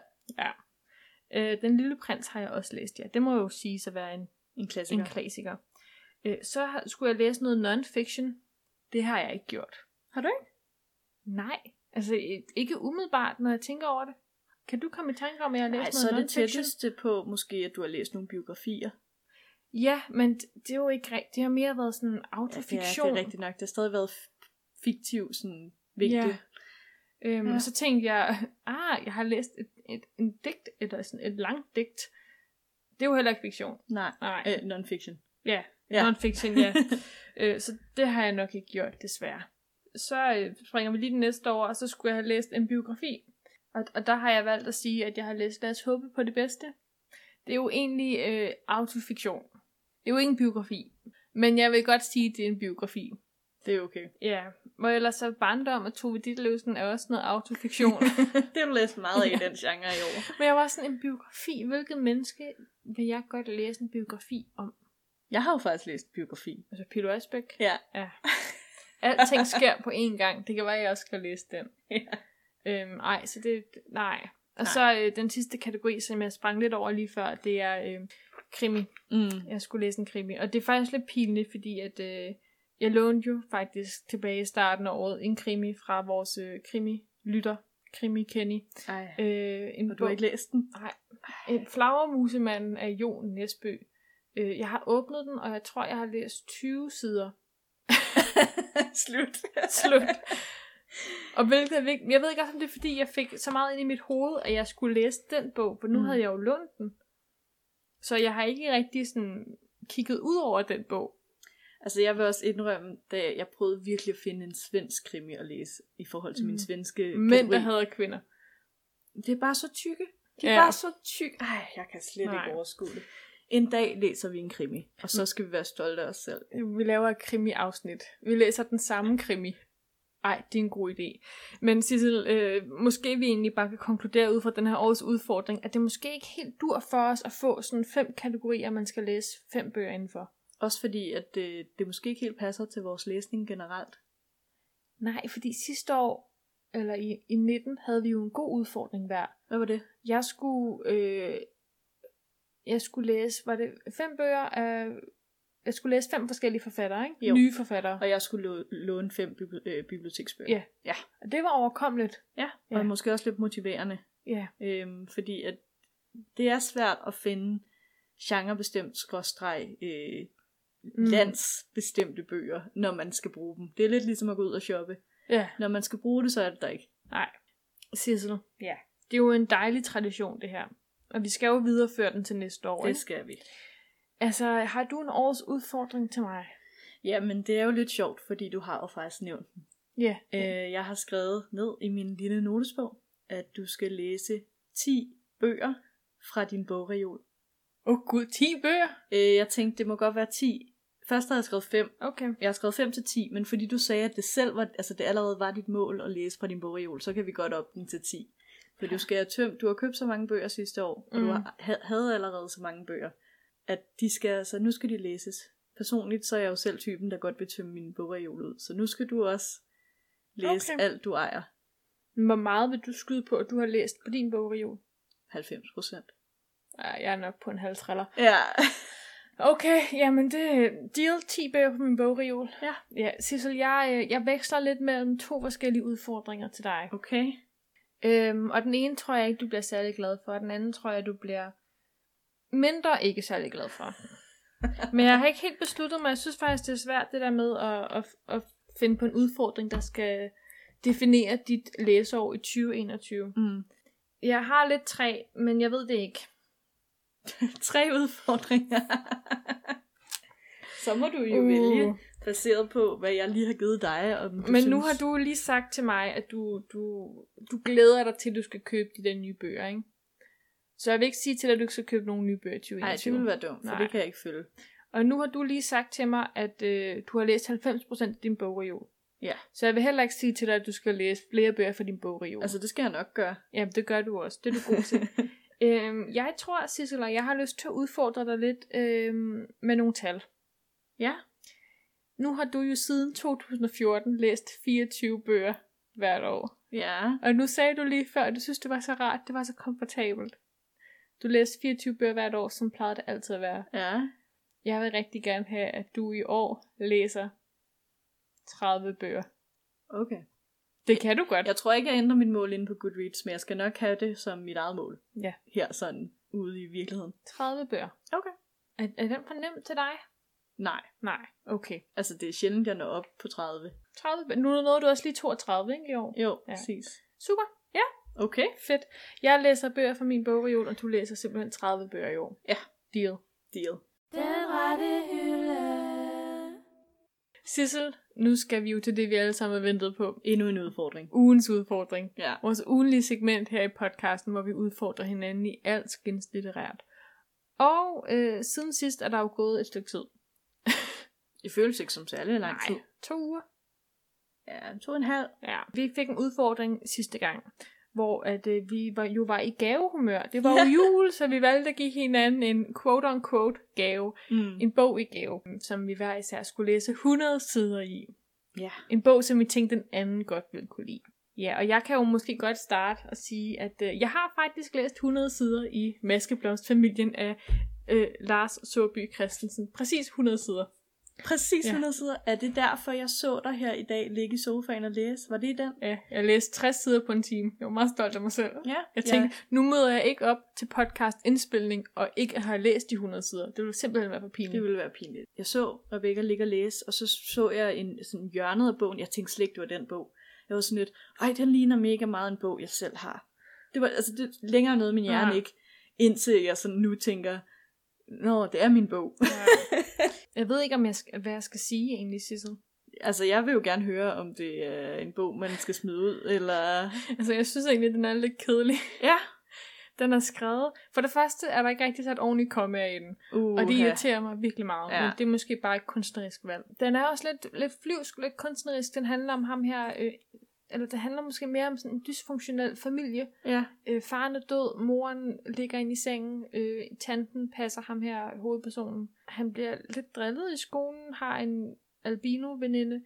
Den Lille Prins har jeg også læst, Det må jo sige at være en klassiker. Så skulle jeg læse noget non-fiction. Det har jeg ikke gjort. Har du ikke? Nej, altså ikke umiddelbart, når jeg tænker over det. Kan du komme i tanke om, at jeg har læst noget non-fiction? Så er det tætteste på måske, at du har læst nogle biografier. Ja, men det er jo ikke rigtigt. Det har mere været sådan autofiktion. Ja, det er rigtigt nok. Det har stadig været fiktiv sådan vinkel. Ja. Og så tænkte jeg, jeg har læst en digt, eller sådan et langt digt. Det er jo heller ikke fiktion. Nej. Non-fiction. Ja, non-fiction, så det har jeg nok ikke gjort, desværre. Så springer vi lige den næste år, og så skulle jeg have læst en biografi. Og der har jeg valgt at sige, at jeg har læst Lad os håbe på det bedste. Det er jo egentlig autofiktion. Det er jo ikke en biografi. Men jeg vil godt sige, at det er en biografi. Det er okay. Ja, og ellers så Barndom og Tove Ditlevsen er også noget autofiktion. Det har du læst meget af i den genre i år. Men jeg var sådan en biografi. Hvilket menneske vil jeg godt læse en biografi om? Jeg har jo faktisk læst biografi. Altså Peter Asbæk? Ja. Alting sker på én gang. Det kan være, at jeg også skal læse den. Ja. Så det... Nej. Og så den sidste kategori, som jeg sprang lidt over lige før, det er krimi. Jeg skulle læse en krimi. Og det er faktisk lidt pinligt, fordi at jeg lånte jo faktisk tilbage i starten af året en krimi fra vores krimi-lytter, krimi Kenny. Og du har ikke læst den? Nej. En Flagermusemanden af Jon Nesbø. Jeg har åbnet den, og jeg tror, jeg har læst 20 sider. Slut. Og hvilket er vigtigt. Jeg ved ikke også, om det er, fordi jeg fik så meget ind i mit hoved, at jeg skulle læse den bog, for nu havde jeg jo lånt den. Så jeg har ikke rigtig sådan kigget ud over den bog. Altså jeg vil også indrømme, da jeg prøvede virkelig at finde en svensk krimi at læse, i forhold til min svenske mænd, der hader kvinder. Det er bare så tykke. De er bare så tykke. Ej, jeg kan slet ikke overskue det. En dag læser vi en krimi, og så skal vi være stolte af os selv. Vi laver et krimi-afsnit. Vi læser den samme krimi. Ej, det er en god idé. Men Sissel, måske vi egentlig bare kan konkludere ud fra den her års udfordring, at det måske ikke helt dur for os at få sådan 5 kategorier, man skal læse 5 bøger indenfor. Også fordi, at det måske ikke helt passer til vores læsning generelt. Nej, fordi sidste år, eller i 19, havde vi jo en god udfordring hver. Hvad var det? Jeg skulle læse, var det 5 bøger af... Jeg skulle læse 5 forskellige forfattere, ikke? Jo. Nye forfattere. Og jeg skulle låne 5 biblioteksbøger. Ja. Og det var overkommeligt. Ja, og måske også lidt motiverende. Ja. Fordi at det er svært at finde genrebestemt landsbestemte bøger, når man skal bruge dem. Det er lidt ligesom at gå ud og shoppe. Ja. Når man skal bruge det, så er det der ikke. Nej. Sissel. Ja. Det er jo en dejlig tradition, det her. Og vi skal jo videreføre den til næste år. Det skal vi. Altså, har du en års udfordring til mig? Ja, men det er jo lidt sjovt, fordi du har jo faktisk nævnt den. Ja. Jeg har skrevet ned i min lille notesbog, at du skal læse 10 bøger fra din bogreol. Gud, 10 bøger? Jeg tænkte, det må godt være 10. Først havde jeg skrevet 5. Okay. Jeg har skrevet 5 til 10, men fordi du sagde, at det selv var, altså det allerede var dit mål at læse fra din bogreol, så kan vi godt op den til 10. For du skal have tømt, du har købt så mange bøger sidste år, og du havde allerede så mange bøger, at de skal, altså nu skal de læses. Personligt så er jeg jo selv typen, der godt vil tømme min bogreol ud, så nu skal du også læse alt, du ejer. Hvor meget vil du skyde på, at du har læst på din bogreol? 90%. Ja, jeg er nok på en halv triller. Ja. Okay, jamen det deal 10 bøger på min bogreol. Ja, Sissel, jeg veksler lidt mellem 2 forskellige udfordringer til dig. Okay. Og den ene tror jeg ikke, du bliver særlig glad for, og den anden tror jeg, du bliver mindre ikke særlig glad for. Men jeg har ikke helt besluttet mig. Jeg synes faktisk, det er svært det der med at finde på en udfordring, der skal definere dit læseår i 2021. Jeg har lidt 3, men jeg ved det ikke. 3 udfordringer. Så må du jo vælge, baseret på, hvad jeg lige har givet dig. Men nu har du lige sagt til mig, at du glæder dig til, at du skal købe de der nye bøger, ikke? Så jeg vil ikke sige til dig, at du ikke skal købe nogle nye bøger i 2021. Nej, det vil være dumt, for det kan jeg ikke følge. Og nu har du lige sagt til mig, at du har læst 90% af din bogreol. Ja. Så jeg vil heller ikke sige til dig, at du skal læse flere bøger fra din bogreol. Altså, det skal jeg nok gøre. Jamen, det gør du også. Det er du god til. Jeg tror, Sissel, jeg har lyst til at udfordre dig lidt med nogle tal. Ja. Nu har du jo siden 2014 læst 24 bøger hvert år. Ja. Og nu sagde du lige før, at du synes, det var så rart, det var så komfortabelt. Du læste 24 bøger hvert år, som plejede det altid at være. Ja. Jeg vil rigtig gerne have, at du i år læser 30 bøger. Okay. Det kan du godt. Jeg tror ikke, jeg ændrer mit mål inde på Goodreads, men jeg skal nok have det som mit eget mål. Ja. Her sådan ude i virkeligheden. 30 bøger. Okay. Er den for nemt til dig? Nej. Okay. Altså, det er sjældent, jeg når op på 30. 30 bøger. Nu nåede du også lige 32, ikke i år? Jo, præcis. Super. Ja. Okay. Fedt. Jeg læser bøger fra min bogreol, og du læser simpelthen 30 bøger i år. Ja. Deal. Den rette hylde. Sissel, nu skal vi jo til det, vi alle sammen har ventet på. Endnu en udfordring. Ugens udfordring. Ja. Vores ugenlige segment her i podcasten, hvor vi udfordrer hinanden i alt skønlitterært. Og siden sidst er der jo gået et stykke tid. Det føles ikke som særlig lang tid. 2 uger. Ja, 2,5. Ja, vi fik en udfordring sidste gang, hvor at vi var i gavehumør. Det var jo jul, så vi valgte at give hinanden en quote-unquote gave. En bog i gave, som vi hver især skulle læse 100 sider i. Ja. En bog, som vi tænkte, den anden godt ville kunne lide. Ja, og jeg kan jo måske godt starte og sige, at jeg har faktisk læst 100 sider i Maskeblomstfamilien af Lars Saabye Christensen. Præcis 100 sider. Præcis 100 sider. Er det derfor, jeg så dig her i dag ligge i sofaen og læse? Var det i den? Ja, jeg læste 60 sider på en time. Jeg var meget stolt af mig selv. Ja. Jeg tænkte, nu møder jeg ikke op til podcast-indspilning, og ikke har læst de 100 sider. Det ville simpelthen være for pinligt. Det ville være pinligt. Jeg så Rebecca ligge og læse, og så jeg sådan hjørnet af bogen. Jeg tænkte slet ikke, det var den bog. Jeg var sådan lidt, den ligner mega meget en bog, jeg selv har. Det var altså det længere noget min hjerne ikke, indtil jeg sådan nu tænker, det er min bog. Jeg ved ikke, hvad jeg skal sige egentlig, Sissel. Altså, jeg vil jo gerne høre, om det er en bog, man skal smide ud, eller... Altså, jeg synes egentlig, den er lidt kedelig. Ja. Den er skrevet. For det første er der ikke rigtig sat ordentligt kommaer i den. Og det irriterer mig virkelig meget. Ja. Men det er måske bare et kunstnerisk valg. Den er også lidt flyvsk, lidt kunstnerisk. Den handler om ham her... eller det handler måske mere om sådan en dysfunktionel familie. Ja. Faren er død, moren ligger inde i sengen, tanten passer ham her, hovedpersonen. Han bliver lidt drillet i skolen, har en albino-veninde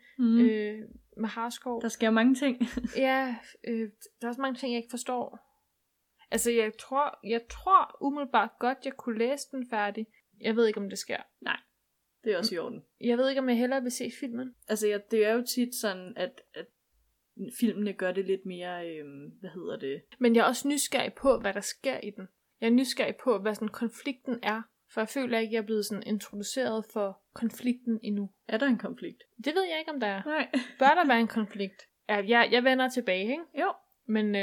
med harskov. Der sker mange ting. Ja, der er også mange ting, jeg ikke forstår. Altså, jeg tror umiddelbart godt, jeg kunne læse den færdig. Jeg ved ikke, om det sker. Nej, det er også i orden. Jeg ved ikke, om jeg hellere vil se filmen. Altså, det er jo tit sådan, at filmene gør det lidt mere, Men jeg er også nysgerrig på, hvad der sker i den. Jeg er nysgerrig på, hvad sådan konflikten er. For jeg føler ikke, jeg er blevet sådan introduceret for konflikten endnu. Er der en konflikt? Det ved jeg ikke, om der er. Nej. Bør der være en konflikt? Jeg vender tilbage, ikke? Jo. Men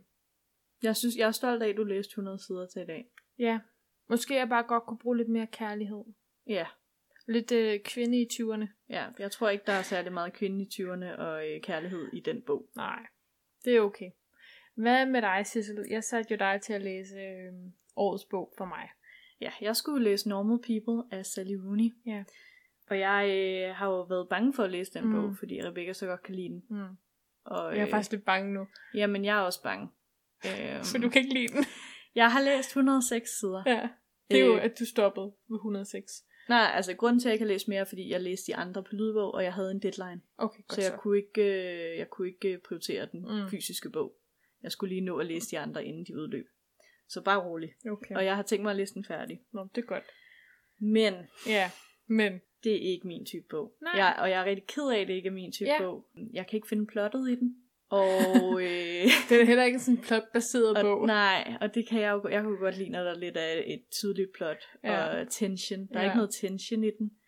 jeg synes, jeg er stolt af, at du læste 100 sider til i dag. Ja. Måske jeg bare godt kunne bruge lidt mere kærlighed. Ja. Lidt kvinde i 20'erne. Ja, jeg tror ikke, der er særlig meget kvinde i 20'erne og kærlighed i den bog. Nej, det er okay. Hvad med dig, Sissel? Jeg satte jo dig til at læse årets bog for mig. Ja, jeg skulle læse Normal People af Sally Rooney. Ja. Og jeg har jo været bange for at læse den bog, fordi Rebecca så godt kan lide den. Og, jeg er faktisk lidt bange nu. Jamen, jeg er også bange. For du kan ikke lide den? Jeg har læst 106 sider. Ja, det er jo, at du stoppede ved 106. Nej, altså grunden til, at jeg ikke har læst mere, fordi jeg læste de andre på lydbog, og jeg havde en deadline. Okay, godt så. Jeg kunne ikke prioritere den fysiske bog. Jeg skulle lige nå at læse de andre, inden de udløb. Så bare rolig. Okay. Og jeg har tænkt mig at læse den færdig. Nå, det er godt. Men det er ikke min type bog. Og jeg er rigtig ked af, at det ikke er min type bog. Jeg kan ikke finde plottet i den. Og det er heller ikke sådan en plotbaseret bog. Nej, og det kan jeg jo. Jeg kunne godt lide, når der er lidt af et tydeligt plot og tension. Der er ikke noget tension i den.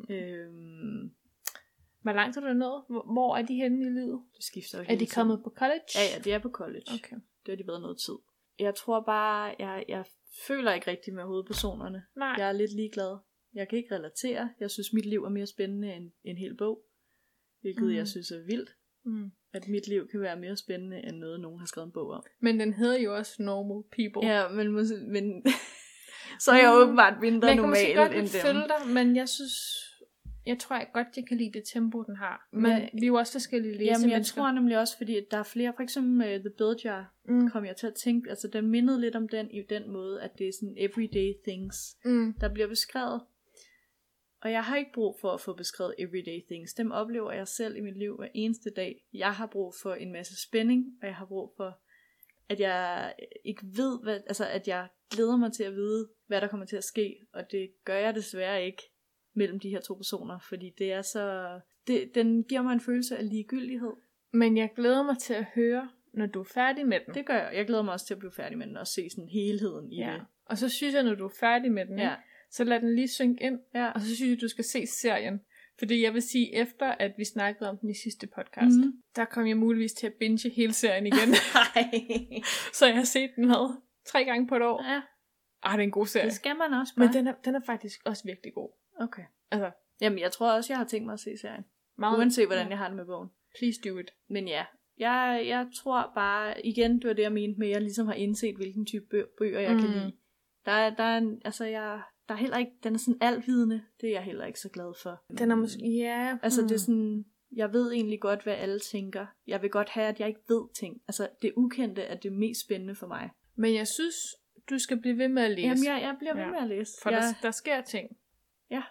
Hvor langt er du nået? Hvor er de henne i livet? Det skifter jo hele tiden. Er de kommet på college? Ja, de er på college. Okay. Det har de været noget tid. Jeg tror bare, jeg føler ikke rigtig med hovedpersonerne. Nej. Jeg er lidt ligeglad. Jeg kan ikke relatere. Jeg synes, mit liv er mere spændende end en hel bog. Hvilket jeg synes er vildt. At mit liv kan være mere spændende end noget, nogen har skrevet en bog om. Men den hedder jo også Normal People. Ja, men så er jeg åbenbart mindre normal end dem. Jeg kan måske godt følge dig, men jeg tror godt, jeg kan lide det tempo, den har. Men vi er jo også forskellige læsemennesker. Jamen, jeg tror nemlig også, fordi at der er flere, for eksempel The Bell Jar, kom jeg til at tænke, altså den mindede lidt om den i den måde, at det er sådan everyday things, der bliver beskrevet. Og jeg har ikke brug for at få beskrevet everyday things. Dem oplever jeg selv i mit liv hver eneste dag. Jeg har brug for en masse spænding, og jeg har brug for, at jeg ikke ved, at jeg glæder mig til at vide, hvad der kommer til at ske. Og det gør jeg desværre ikke mellem de her to personer, fordi det er så... Den giver mig en følelse af ligegyldighed. Men jeg glæder mig til at høre, når du er færdig med den. Det gør jeg. Jeg glæder mig også til at blive færdig med den, og se sådan helheden i det. Og så synes jeg, når du er færdig med den, så lad den lige synke ind, og så synes jeg, du skal se serien. Fordi jeg vil sige, efter at vi snakkede om den i sidste podcast, der kom jeg muligvis til at binge hele serien igen. Så jeg har set den 3 gange på et år. Ja. Det er en god serie. Det skal man også bare. Men den er faktisk også virkelig god. Okay. Altså, jamen, jeg tror også, jeg har tænkt mig at se serien. Uanset hvordan jeg har det med bogen. Please do it. Men ja, jeg tror bare, igen, det var det, jeg mente med, at jeg ligesom har indset, hvilken type bøger jeg kan lide. Der er heller ikke, den er sådan altvidende, det er jeg heller ikke så glad for. Den er måske, Altså det er sådan, jeg ved egentlig godt, hvad alle tænker. Jeg vil godt have, at jeg ikke ved ting. Altså det ukendte er det mest spændende for mig. Men jeg synes, du skal blive ved med at læse. Jamen jeg bliver ved med at læse. For der sker ting. Ja.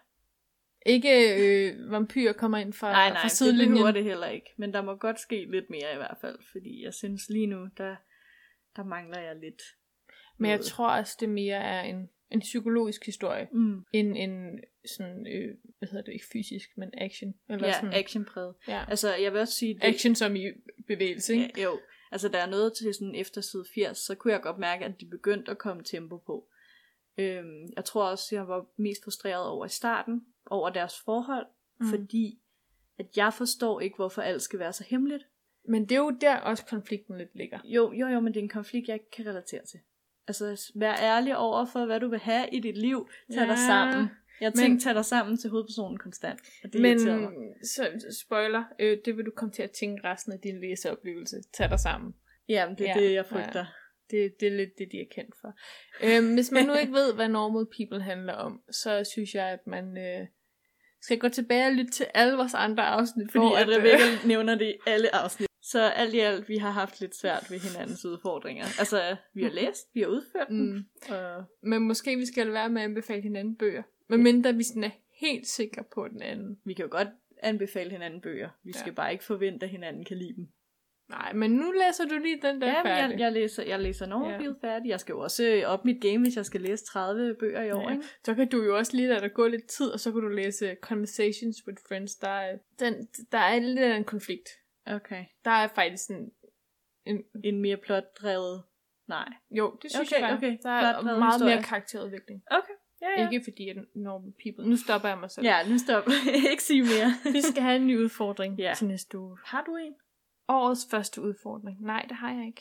Ikke vampyrer kommer ind fra sidelinjen. Nej, det behøver det heller ikke. Men der må godt ske lidt mere i hvert fald. Fordi jeg synes lige nu, der mangler jeg lidt. Men jeg tror også, det mere er en psykologisk historie, end en sådan, ikke fysisk, men action. Eller sådan. Actionpræget. Ja. Altså, jeg vil også sige... Det... Action som i bevægelse, ikke? Ja, jo. Altså, der er noget til sådan efter side 80, så kunne jeg godt mærke, at de begyndte at komme tempo på. Jeg tror også, jeg var mest frustreret over i starten, over deres forhold, fordi at jeg forstår ikke, hvorfor alt skal være så hemmeligt. Men det er jo der også konflikten lidt ligger. Jo, men det er en konflikt, jeg ikke kan relatere til. Altså, vær ærlig over for, hvad du vil have i dit liv. Tag dig sammen. Jeg tænkte, tag dig sammen til hovedpersonen konstant. Og det men, så spoiler, det vil du komme til at tænke resten af din læseoplevelse. Tag dig sammen. Jamen, det er det, jeg frygter. Ja. Det er lidt det, de er kendt for. Hvis man nu ikke ved, hvad Normal People handler om, så synes jeg, at man skal gå tilbage og lytte til alle vores andre afsnit. Fordi at Rebecca nævner det i alle afsnit. Så alt i alt, vi har haft lidt svært ved hinandens udfordringer. Altså, vi har læst, vi har udført dem. Men måske vi skal være med at anbefale hinanden bøger. Medmindre vi sådan er helt sikre på den anden. Vi kan jo godt anbefale hinanden bøger. Vi skal bare ikke forvente, at hinanden kan lide dem. Nej, men nu læser du lige den der færdig. Jeg læser Normal færdig. Jeg skal jo også op mit game, hvis jeg skal læse 30 bøger i år. Ikke? Så kan du jo også lige lade der gå lidt tid, og så kan du læse Conversations with Friends. Der er lidt af en konflikt. Okay. Der er faktisk en mere plotdrevet... Nej. Jo, det synes jeg okay. Der er meget historie. Mere karakterudvikling. Okay. Ja. Ikke fordi at Normal People... Nu stopper jeg mig selv. Ja, nu stopper ikke sige mere. Vi skal have en ny udfordring til næste uge. Har du en? Årets første udfordring. Nej, det har jeg ikke.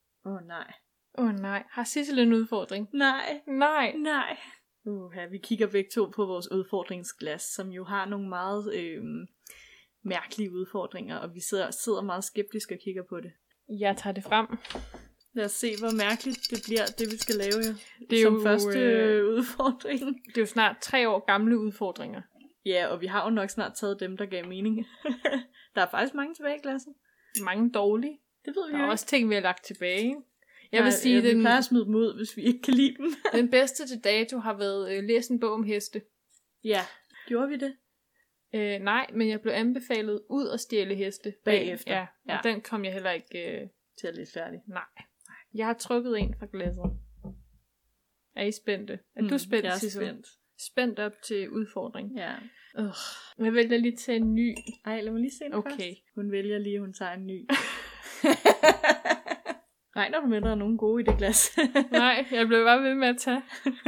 Nej. Har Sissel en udfordring? Nej. Vi kigger begge to på vores udfordringsglas, som jo har nogle meget mærkelige udfordringer, og vi sidder meget skeptisk og kigger på det. Jeg tager det frem. Lad os se, hvor mærkeligt det bliver, det vi skal lave det er som jo, første udfordring. Det er jo snart 3 år gamle udfordringer. Ja, og vi har jo nok snart taget dem, der gav mening. Der er faktisk mange tilbage i klassen. Mange dårlige. Det ved vi der jo er også ting, vi har lagt tilbage. Jeg vil sige, vi plejer at smide dem ud, hvis vi ikke kan lide dem. Den bedste til dato har været læse en bog om heste. Ja, gjorde vi det? Nej, men jeg blev anbefalet ud at stjæle heste bagefter. Ja, og den kom jeg heller ikke til at læse færdig. Nej. Jeg har trykket en fra glasset. Er I spændte? Er du spændt? Jeg er spændt. Spændt op til udfordring. Ja. Jeg vælger lige til en ny. Ej, lad mig lige se den først. Hun vælger lige, hun tager en ny. Regner du med, der er nogen gode i det glas? Nej, jeg blev bare ved med at tage.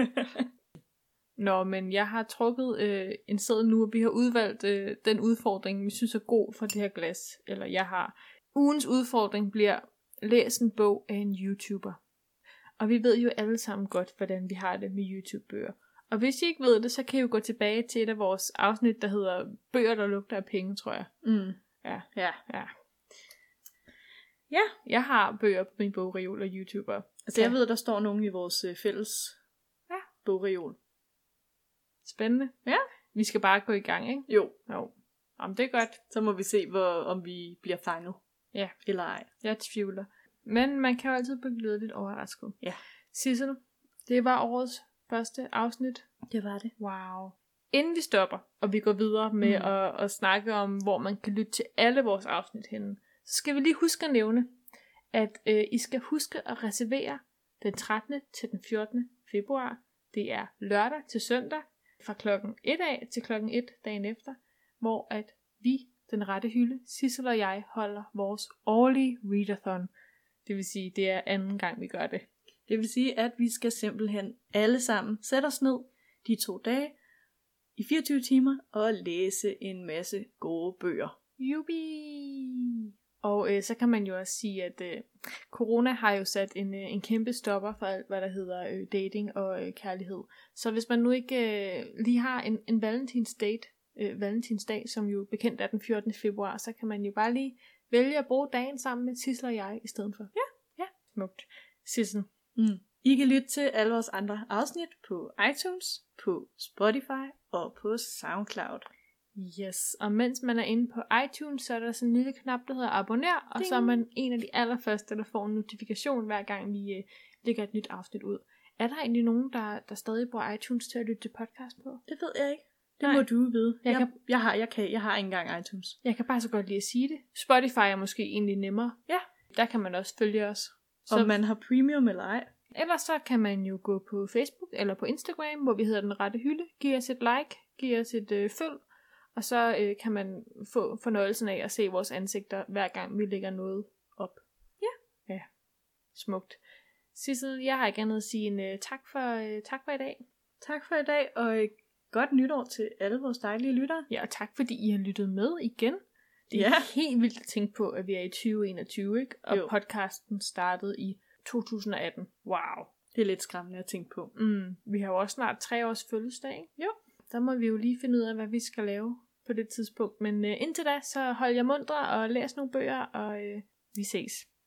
Nå, men jeg har trukket en seddel nu, og vi har udvalgt den udfordring, vi synes er god for det her glas. Eller jeg har. Ugens udfordring bliver, læs en bog af en YouTuber. Og vi ved jo alle sammen godt, hvordan vi har det med YouTube-bøger. Og hvis I ikke ved det, så kan I jo gå tilbage til et af vores afsnit, der hedder Bøger, der lugter af penge, tror jeg. Ja. Jeg har bøger på min bogreol og YouTuber. Altså jeg ved, der står nogen i vores fælles bogreol. Spændende. Ja. Vi skal bare gå i gang, ikke? Jo. Jamen, det er godt. Så må vi se, om vi bliver fanget. Ja. Eller ej. Jeg tvivler. Men man kan jo altid blive glædeligt overrasket. Ja. Sissel, det var årets første afsnit. Det var det. Wow. Inden vi stopper, og vi går videre med at snakke om, hvor man kan lytte til alle vores afsnit henne, så skal vi lige huske at nævne, at I skal huske at reservere den 13. til den 14. februar. Det er lørdag til søndag, fra klokken 1 af til klokken 1 dagen efter, hvor at vi, den rette hylde, Sissel og jeg, holder vores årlige readathon. Det vil sige, det er anden gang, vi gør det. Det vil sige, at vi skal simpelthen alle sammen sætte os ned de 2 dage i 24 timer og læse en masse gode bøger. Jubi! Og så kan man jo også sige, at corona har jo sat en kæmpe stopper for alt, hvad der hedder dating og kærlighed. Så hvis man nu ikke lige har en valentinsdag, som jo bekendt er den 14. februar, så kan man jo bare lige vælge at bruge dagen sammen med Sissel og jeg i stedet for. Ja. Smukt. Sissel. I kan lytte til alle vores andre afsnit på iTunes, på Spotify og på SoundCloud. Yes, og mens man er inde på iTunes, så er der sådan en lille knap, der hedder abonner, og så er man en af de allerførste, der får en notifikation, hver gang vi lægger et nyt afsnit ud. Er der egentlig nogen, der stadig bruger iTunes til at lytte til podcast på? Det ved jeg ikke. Det må du vide. Jeg har ikke engang iTunes. Jeg kan bare så godt lide at sige det. Spotify er måske egentlig nemmere. Ja. Der kan man også følge os. Om man har premium eller ej. Ellers så kan man jo gå på Facebook eller på Instagram, hvor vi hedder Den Rette Hylde. Giv os et like, giv os et følg, og så kan man få fornøjelsen af at se vores ansigter, hver gang vi lægger noget op. Ja, smukt. Sissel, jeg har ikke andet at sige end tak for i dag. Tak for i dag, og godt nytår til alle vores dejlige lyttere. Ja, og tak fordi I har lyttet med igen. Det er helt vildt at tænke på, at vi er i 2021, ikke? Og podcasten startede i 2018. Wow. Det er lidt skræmmende at tænke på. Vi har jo også snart 3 års fødselsdag, ikke? Jo. Der må vi jo lige finde ud af, hvad vi skal lave på det tidspunkt. Men indtil da, så hold jer muntre og læs nogle bøger, og vi ses.